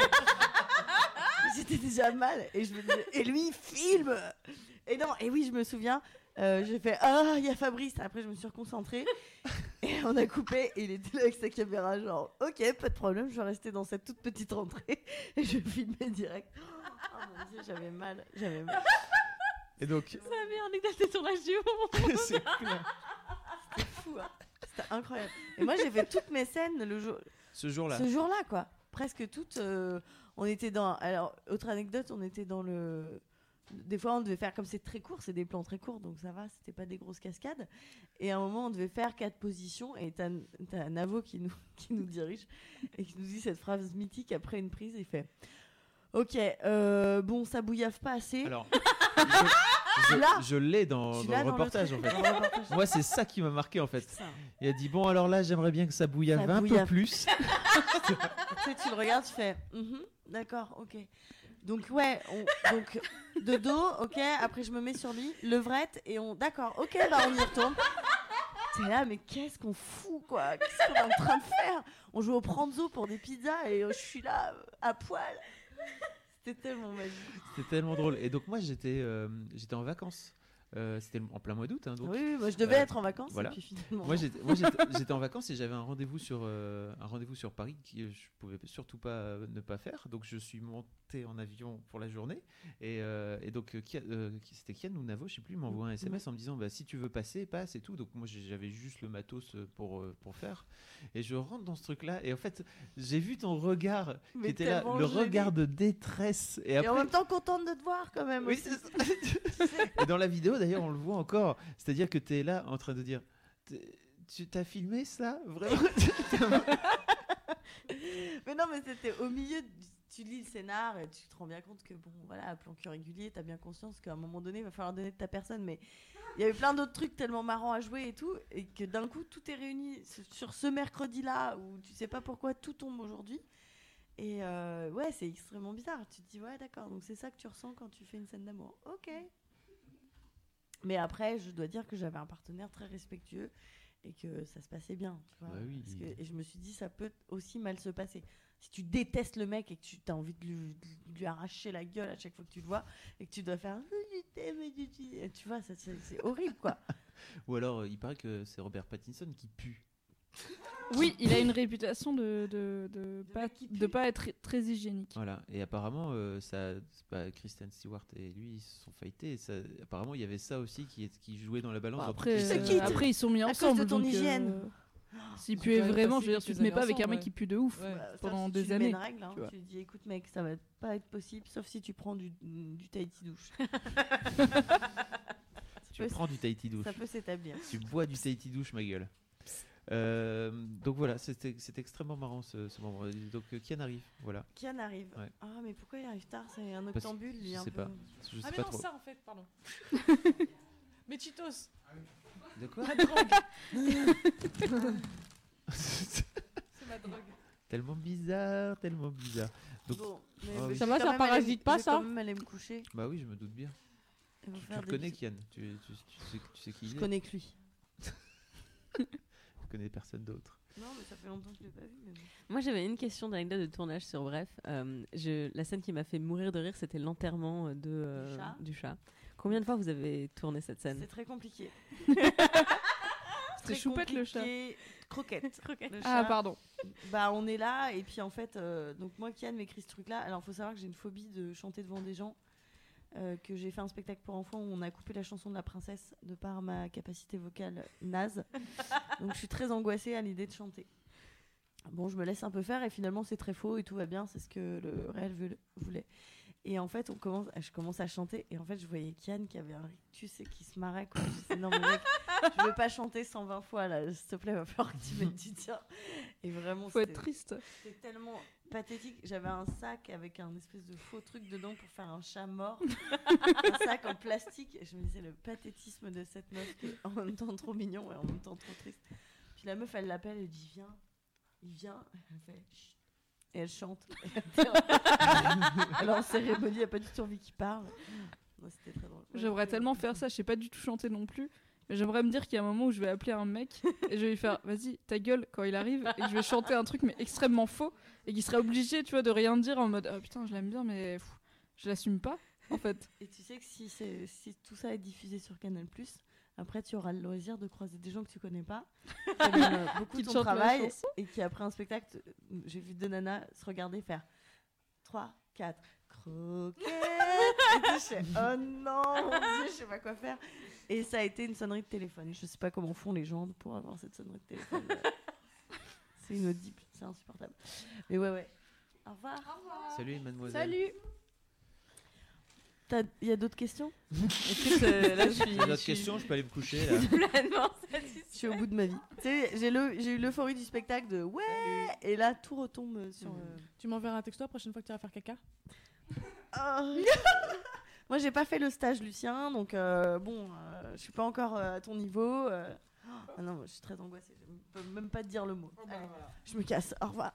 J'étais déjà mal et je me disais, et lui, filme. Et non, et oui, je me souviens, j'ai fait, il y a Fabrice. Après, je me suis reconcentrée et on a coupé et il était là avec sa caméra, genre, ok, pas de problème, je vais rester dans cette toute petite entrée et je filmais direct. Oh mon Dieu, j'avais mal. Et donc. C'est la meilleure anecdote de tournage du monde. C'est clair. C'était fou, hein. C'était incroyable. Et moi, j'ai fait toutes mes scènes ce jour-là, quoi. Presque toutes. On était dans. Alors, autre anecdote, on était dans le. Des fois, on devait faire comme c'est très court, c'est des plans très courts, donc ça va, c'était pas des grosses cascades. Et à un moment, on devait faire 4 positions, et t'as Navo qui nous dirige et qui nous dit cette phrase mythique après une prise. Il fait ok, bon, ça bouillave pas assez. Alors, je l'ai dans le reportage, en fait. Moi, c'est ça qui m'a marqué, en fait. Il a dit bon, alors là, j'aimerais bien que ça bouillave un peu plus. Tu le regardes, tu fais d'accord, ok. Donc ouais, donc de dos, ok. Après je me mets sur lui, levrette et d'accord, ok, bah on y retourne. T'es là, mais qu'est-ce qu'on fout, quoi? Qu'est-ce qu'on est en train de faire? On joue au pranzo pour des pizzas et je suis là à poil. C'était tellement magique. C'était tellement drôle. Et donc moi j'étais en vacances. C'était en plein mois d'août, hein, donc. Oui, moi je devais être en vacances. Voilà. Et puis finalement. Moi j'étais en vacances et j'avais un rendez-vous sur Paris que je pouvais surtout pas ne pas faire. Donc je suis monté en avion pour la journée et donc c'était Kian ou Navo, je sais plus, il m'envoie un SMS en me disant bah si tu veux passer, passe et tout. Donc moi j'avais juste le matos pour faire et je rentre dans ce truc là et en fait j'ai vu ton regard qui était là, le regard de détresse et en même temps contente de te voir quand même. Oui, c'est ça. Et dans la vidéo d'ailleurs on le voit encore, c'est-à-dire que tu es là en train de dire tu t'as filmé ça vraiment. Mais non, mais c'était au milieu tu lis le scénar et tu te rends bien compte que bon voilà, à plan cul régulier, t'as bien conscience qu'à un moment donné il va falloir donner de ta personne, mais il y avait plein d'autres trucs tellement marrants à jouer et tout, et que d'un coup tout est réuni sur ce mercredi là où tu sais pas pourquoi tout tombe aujourd'hui. Et ouais, c'est extrêmement bizarre. Tu te dis ouais d'accord, donc c'est ça que tu ressens quand tu fais une scène d'amour. Ok. Mais après, je dois dire que j'avais un partenaire très respectueux et que ça se passait bien. Tu vois, bah oui. et je me suis dit, ça peut aussi mal se passer. Si tu détestes le mec et que tu as envie de lui arracher la gueule à chaque fois que tu le vois et que tu dois faire tu vois, c'est horrible, quoi. Ou alors, il paraît que c'est Robert Pattinson qui pue. Oui, il a une réputation de pas être très hygiénique. Voilà, et apparemment, Kristen Stewart et lui ils se sont fightés. Apparemment, il y avait ça aussi qui jouait dans la balance. Après, ils sont mis ensemble. À cause de ton hygiène. S'il puait vraiment, je veux dire, tu te mets pas avec un mec qui pue de ouf pendant des années. Tu mets une règle, hein. Tu lui dis écoute, mec, ça va pas être possible, sauf si tu prends du Tahiti douche. Tu prends du Tahiti douche. Ça peut s'établir. Tu bois du Tahiti douche, ma gueule. Donc voilà, c'était extrêmement marrant ce moment. Donc Kian arrive, voilà. Kian arrive. Ouais. Ah mais pourquoi il arrive tard? C'est un octambule, lui. Je sais pas. Je sais mais pas non, trop. ça en fait, pardon. Mais Cheetos. De quoi? La drogue. C'est ma drogue. Tellement bizarre. Donc, bon, oui. Ça va, ça parasite pas, ça? Je vais quand même aller me coucher. Bah oui, je me doute bien. Tu le connais, Kian? Tu sais qui il est? Je connais que lui. Je connais personne d'autre. Non, mais ça fait longtemps que je l'ai pas vu. Mais bon. Moi, j'avais une question d'anecdote de tournage sur Bref. La scène qui m'a fait mourir de rire, c'était l'enterrement du chat. Combien de fois vous avez tourné cette scène? C'est très compliqué. C'était Choupette le chat. Croquette. Ah, pardon. Bah, on est là, et puis en fait, donc moi, Kian m'écrit ce truc-là. Alors, il faut savoir que j'ai une phobie de chanter devant des gens. Que j'ai fait un spectacle pour enfants où on a coupé la chanson de la princesse de par ma capacité vocale naze. Donc, je suis très angoissée à l'idée de chanter. Bon, je me laisse un peu faire, et finalement, c'est très faux, et tout va bien. C'est ce que le réel voulait. Et en fait, je commence à chanter, et en fait, je voyais Kian qui avait un rictus et qui se marrait, quoi. Je disais, non, mais mec, je veux pas chanter 120 fois, là, s'il te plaît, va falloir que tu mettes du tien. Et vraiment, Faut être triste. C'était tellement pathétique. J'avais un sac avec un espèce de faux truc dedans pour faire un chat mort. Un sac en plastique. Et je me disais le pathétisme de cette meuf qui est en même temps trop mignon et en même temps trop triste. Puis la meuf, elle l'appelle et dit viens. Il vient. Elle fait chut. Et elle chante. Alors en cérémonie, il n'y a pas du tout envie qu'il parle. Non, c'était très drôle. J'aimerais tellement faire ça, je sais pas du tout chanter non plus. Mais j'aimerais me dire qu'il y a un moment où je vais appeler un mec et je vais lui faire vas-y, ta gueule quand il arrive et je vais chanter un truc mais extrêmement faux et qu'il serait obligé, tu vois, de rien dire en mode oh, putain, je l'aime bien mais je l'assume pas en fait. Et tu sais que si tout ça est diffusé sur Canal+, après tu auras le loisir de croiser des gens que tu connais pas, qui aiment beaucoup Qui ton te chantent la travail chanson. et qui après un spectacle, j'ai vu deux nanas se regarder faire 3, 4 croquettes. Et je fais oh non, mon Dieu, je sais pas quoi faire. Et ça a été une sonnerie de téléphone. Je sais pas comment font les gens pour avoir cette sonnerie de téléphone. C'est inaudible, c'est insupportable. Mais ouais. Au revoir. Salut mademoiselle. Salut. Il y a d'autres questions? Écoute, là, je suis. D'autres questions, je peux aller me coucher là. Pleinement satisfaite. Je suis au bout de ma vie. Tu sais, j'ai eu l'euphorie du spectacle de ouais, et là tout retombe sur. Tu m'enverras un texto la prochaine fois que tu iras faire caca. Moi, j'ai pas fait le stage Lucien, donc je suis pas encore à ton niveau. Ah non, je suis très angoissée. Je peux même pas te dire le mot. Allez, je me casse. Au revoir.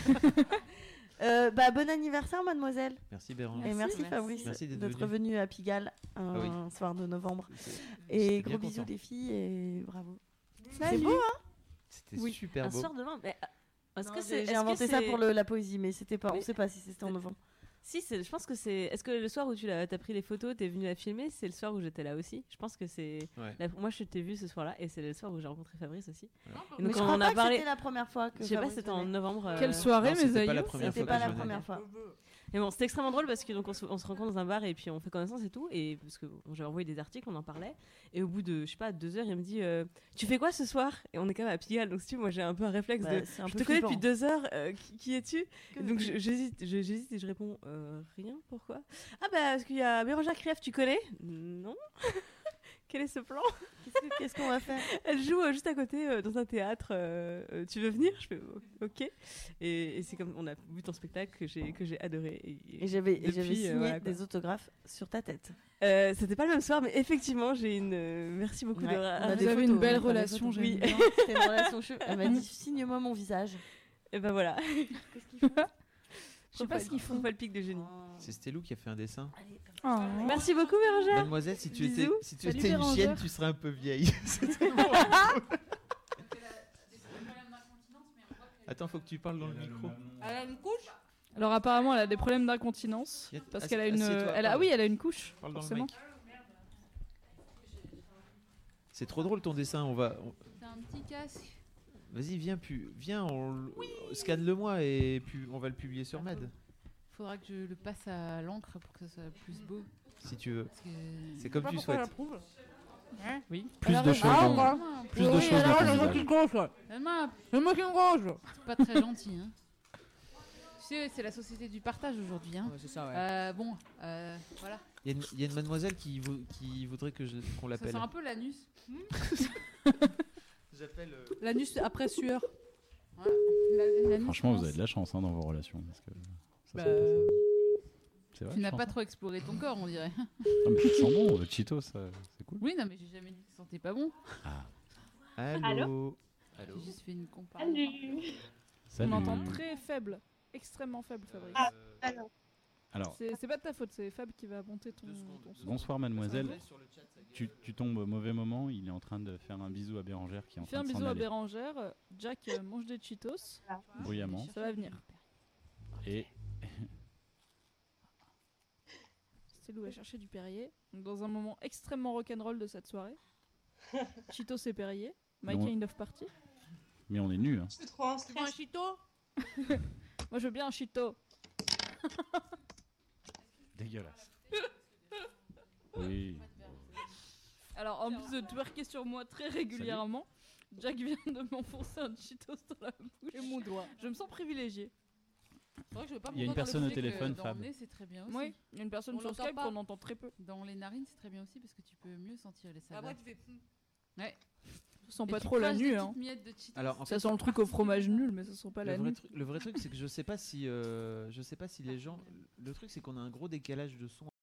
Bon anniversaire, mademoiselle. Merci Béran. Et merci Fabrice Merci d'être venu à Pigalle un soir de novembre. Et gros bisous les filles et bravo. C'est beau, hein? C'était super beau. Un soir de novembre. Mais j'ai inventé ça pour la poésie, mais c'était pas. On sait pas si c'était en novembre. Si, je pense que c'est. Est-ce que le soir où tu as pris les photos, t'es venu la filmer, c'est le soir où j'étais là aussi? Je pense que c'est. Ouais. Moi, je t'ai vu ce soir-là et c'est le soir où j'ai rencontré Fabrice aussi. Ouais. Et Mais donc, je on crois en pas a que parlé. c'était la première fois que. Je sais pas, Fabrice c'était en venait. novembre. Quelle soirée, Non, mes c'était aïeux? pas la première C'était fois pas que je la venais. première fois. Mais bon, c'était extrêmement drôle parce que donc on se rencontre dans un bar et puis on fait connaissance et tout. Et parce que j'avais envoyé des articles, on en parlait. Et au bout de, je sais pas, 2 heures, il me dit tu fais quoi ce soir? Et on est quand même à Pigalle, donc si tu veux, moi j'ai un peu un réflexe de je te connais depuis 2 heures, qui es-tu? Donc j'hésite et je réponds rien, pourquoi? Ah bah parce qu'il y a Bérangère Krief, tu connais? Non. Quel est ce plan? Qu'est-ce qu'on va faire? Elle joue juste à côté dans un théâtre. Tu veux venir? Je fais ok. Et c'est comme on a vu ton spectacle que j'ai adoré. Et j'avais signé voilà, des autographes sur ta tête. C'était pas le même soir, mais effectivement j'ai une. Merci beaucoup Ouais, on a de. des Vous avez photos, une belle on a des relation, photos. j'aime Oui. bien. C'était une relation cheveux. Elle m'a dit signe-moi mon visage. Et ben voilà. Qu'est-ce qu'ils font? Je sais pas ce qu'ils font. Pas le pic de génie. C'est Stélou qui a fait un dessin. Oh. Merci beaucoup, Bérangère. Mademoiselle, si tu étais, Bisous. Salut, une Bérangère. chienne, tu serais un peu vieille. C'est tellement drôle. Attends, faut que tu parles dans le micro. Elle a une couche? Alors apparemment, elle a des problèmes d'incontinence Y a- parce assi- qu'elle a une assieds-toi, elle a parle. oui, elle a une couche Parle dans le forcément. mic. C'est trop drôle ton dessin. C'est un petit casque. Vas-y, viens, scanne-le-moi et puis on va le publier sur Med, Faudra que je le passe à l'encre pour que ça soit plus beau. si tu veux. Parce que... C'est comme tu souhaites. Hein? Oui. Elle a Plus de raison. choses Ah, dans- bah. plus de choses dans ton visage. C'est moi qui me gauche. C'est pas très gentil. Hein. Tu sais, c'est la société du partage aujourd'hui. Hein. Ouais, c'est ça, ouais. Bon, voilà. Il y a une mademoiselle qui voudrait qu'on Ça l'appelle. sent un peu l'anus. J'appelle. L'anus après sueur. Ouais, l'anus Franchement, vous pense. avez de la chance dans vos relations. Parce que ça Bah, sent pas ça. C'est vrai, Tu n'as je pense, pas hein. trop exploré ton corps, on dirait. Ah, mais ça sent bon, le Cheetos, c'est cool. Oui, non, mais j'ai jamais dit que ça sentait pas bon. Allô. J'ai juste fait une comparaison. Salut. On entend très faible, extrêmement faible, Fabrice. Alors, C'est pas de ta faute, c'est Fab qui va monter ton son. bonsoir mademoiselle. Tu tombes au mauvais moment. Il est en train de faire un bisou à Bérangère qui est en Fais train un de s'en bisou à aller Bérangère. Jack mange des Cheetos. bruyamment. Ça va venir. Et Célou va chercher du Perrier. Donc, dans un moment extrêmement rock'n'roll de cette soirée. Cheetos et Perrier. My Non. kind of party. mais on est nus. Hein. C'est trop un Tu veux un stress. chito? Moi je veux bien un Cheeto. Dégueulasse. Oui. Alors en plus de twerker sur moi très régulièrement, Jack vient de m'enfoncer un Cheetos dans la bouche. Et mon doigt. Je me sens privilégiée. C'est vrai que je veux pas Il y a une m'entendre personne au le bruit que téléphone, dans Fab. le nez, c'est très bien aussi. Oui, il y a une personne On sur l'entend Skype pas. qu'on entend très peu. Dans les narines, c'est très bien aussi parce que tu peux mieux sentir les saveurs. Après, tu fais. Ouais. sent Et pas tu trop la craches des nuit. petites Hein. miettes de Cheetos. Alors, en Ça fait, sent le truc au fromage nul, mais ça sent pas la nuit. le vrai truc, c'est que je sais pas si les gens. Le truc, c'est qu'on a un gros décalage de son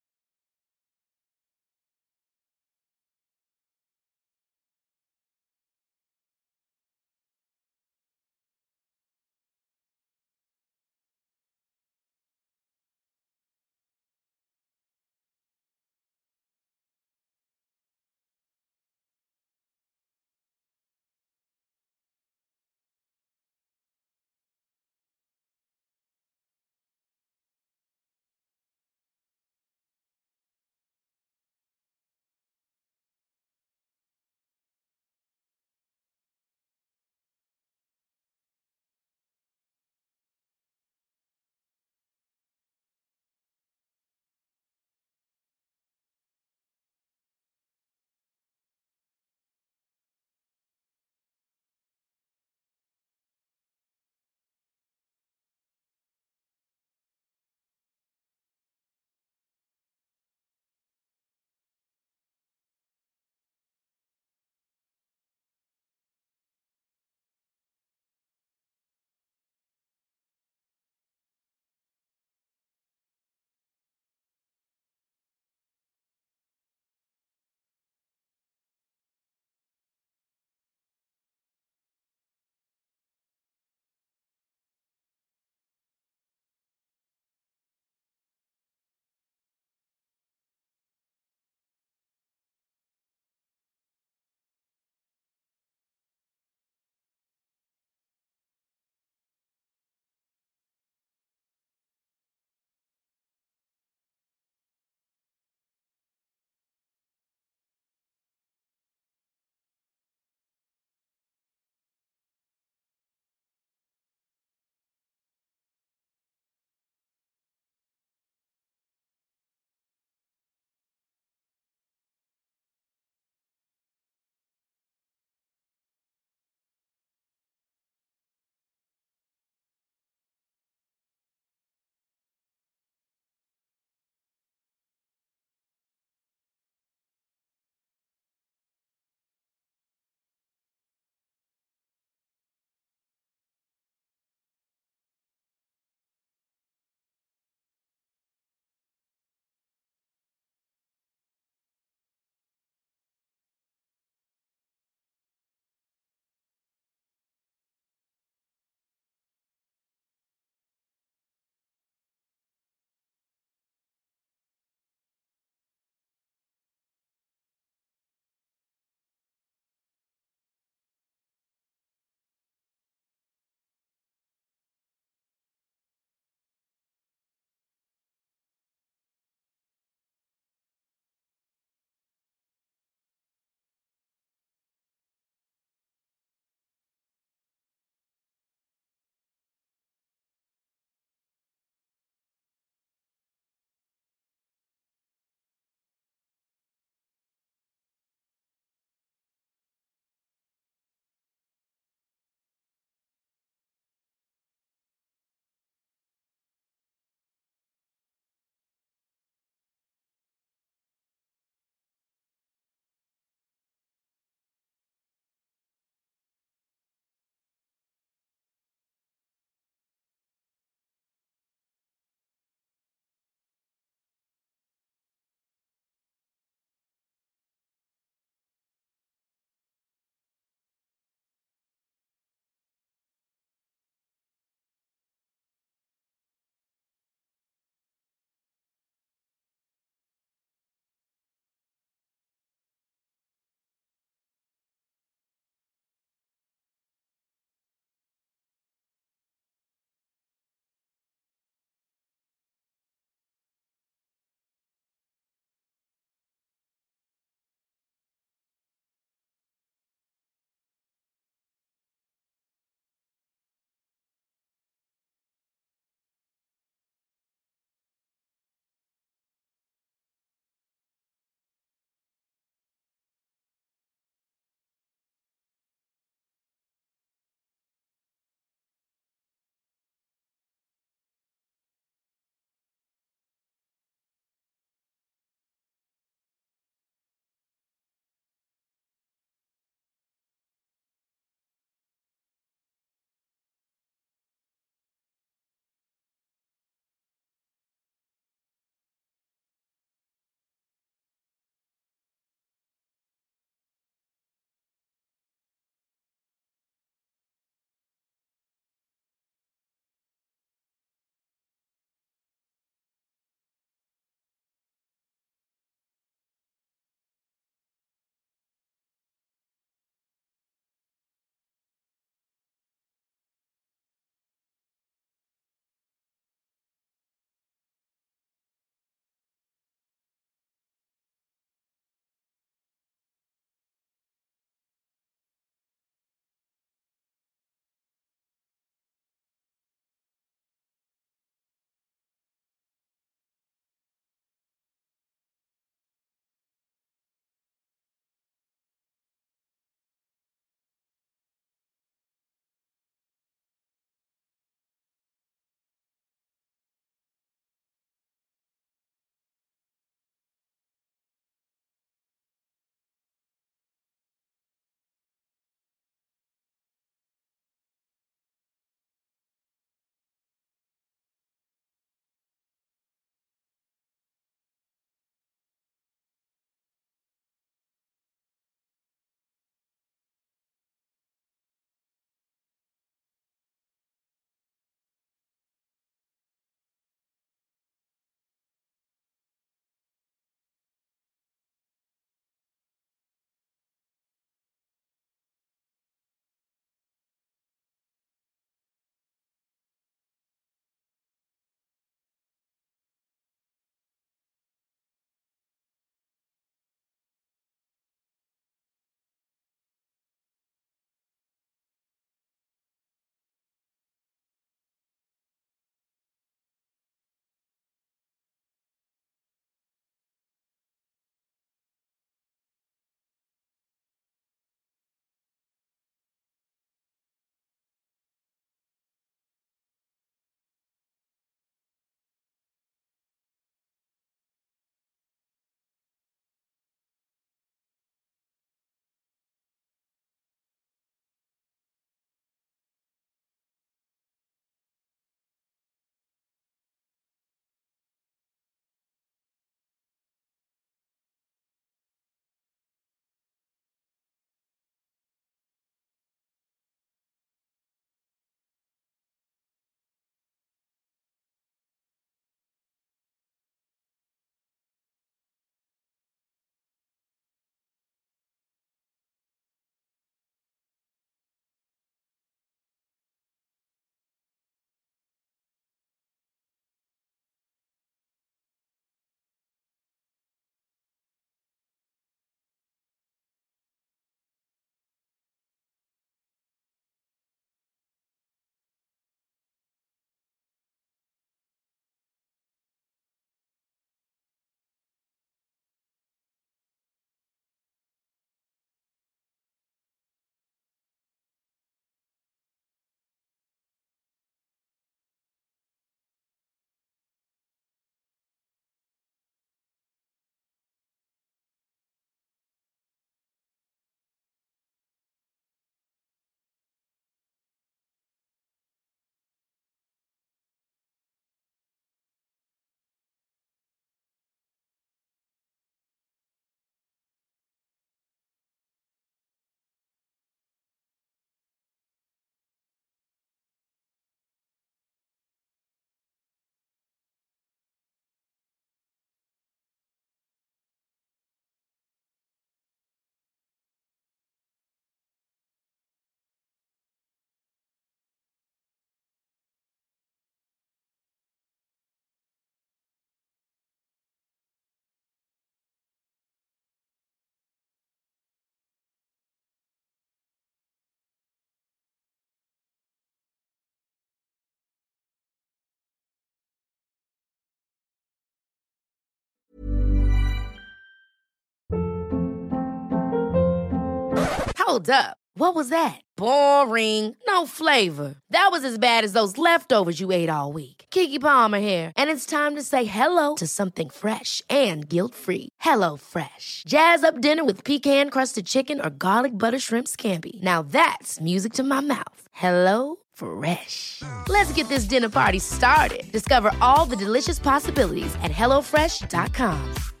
Hold up. What was that? Boring. No flavor. That was as bad as those leftovers you ate all week. Keke Palmer here, and it's time to say hello to something fresh and guilt-free. Hello Fresh. Jazz up dinner with pecan-crusted chicken or garlic butter shrimp scampi. Now that's music to my mouth. Hello Fresh. Let's get this dinner party started. Discover all the delicious possibilities at hellofresh.com.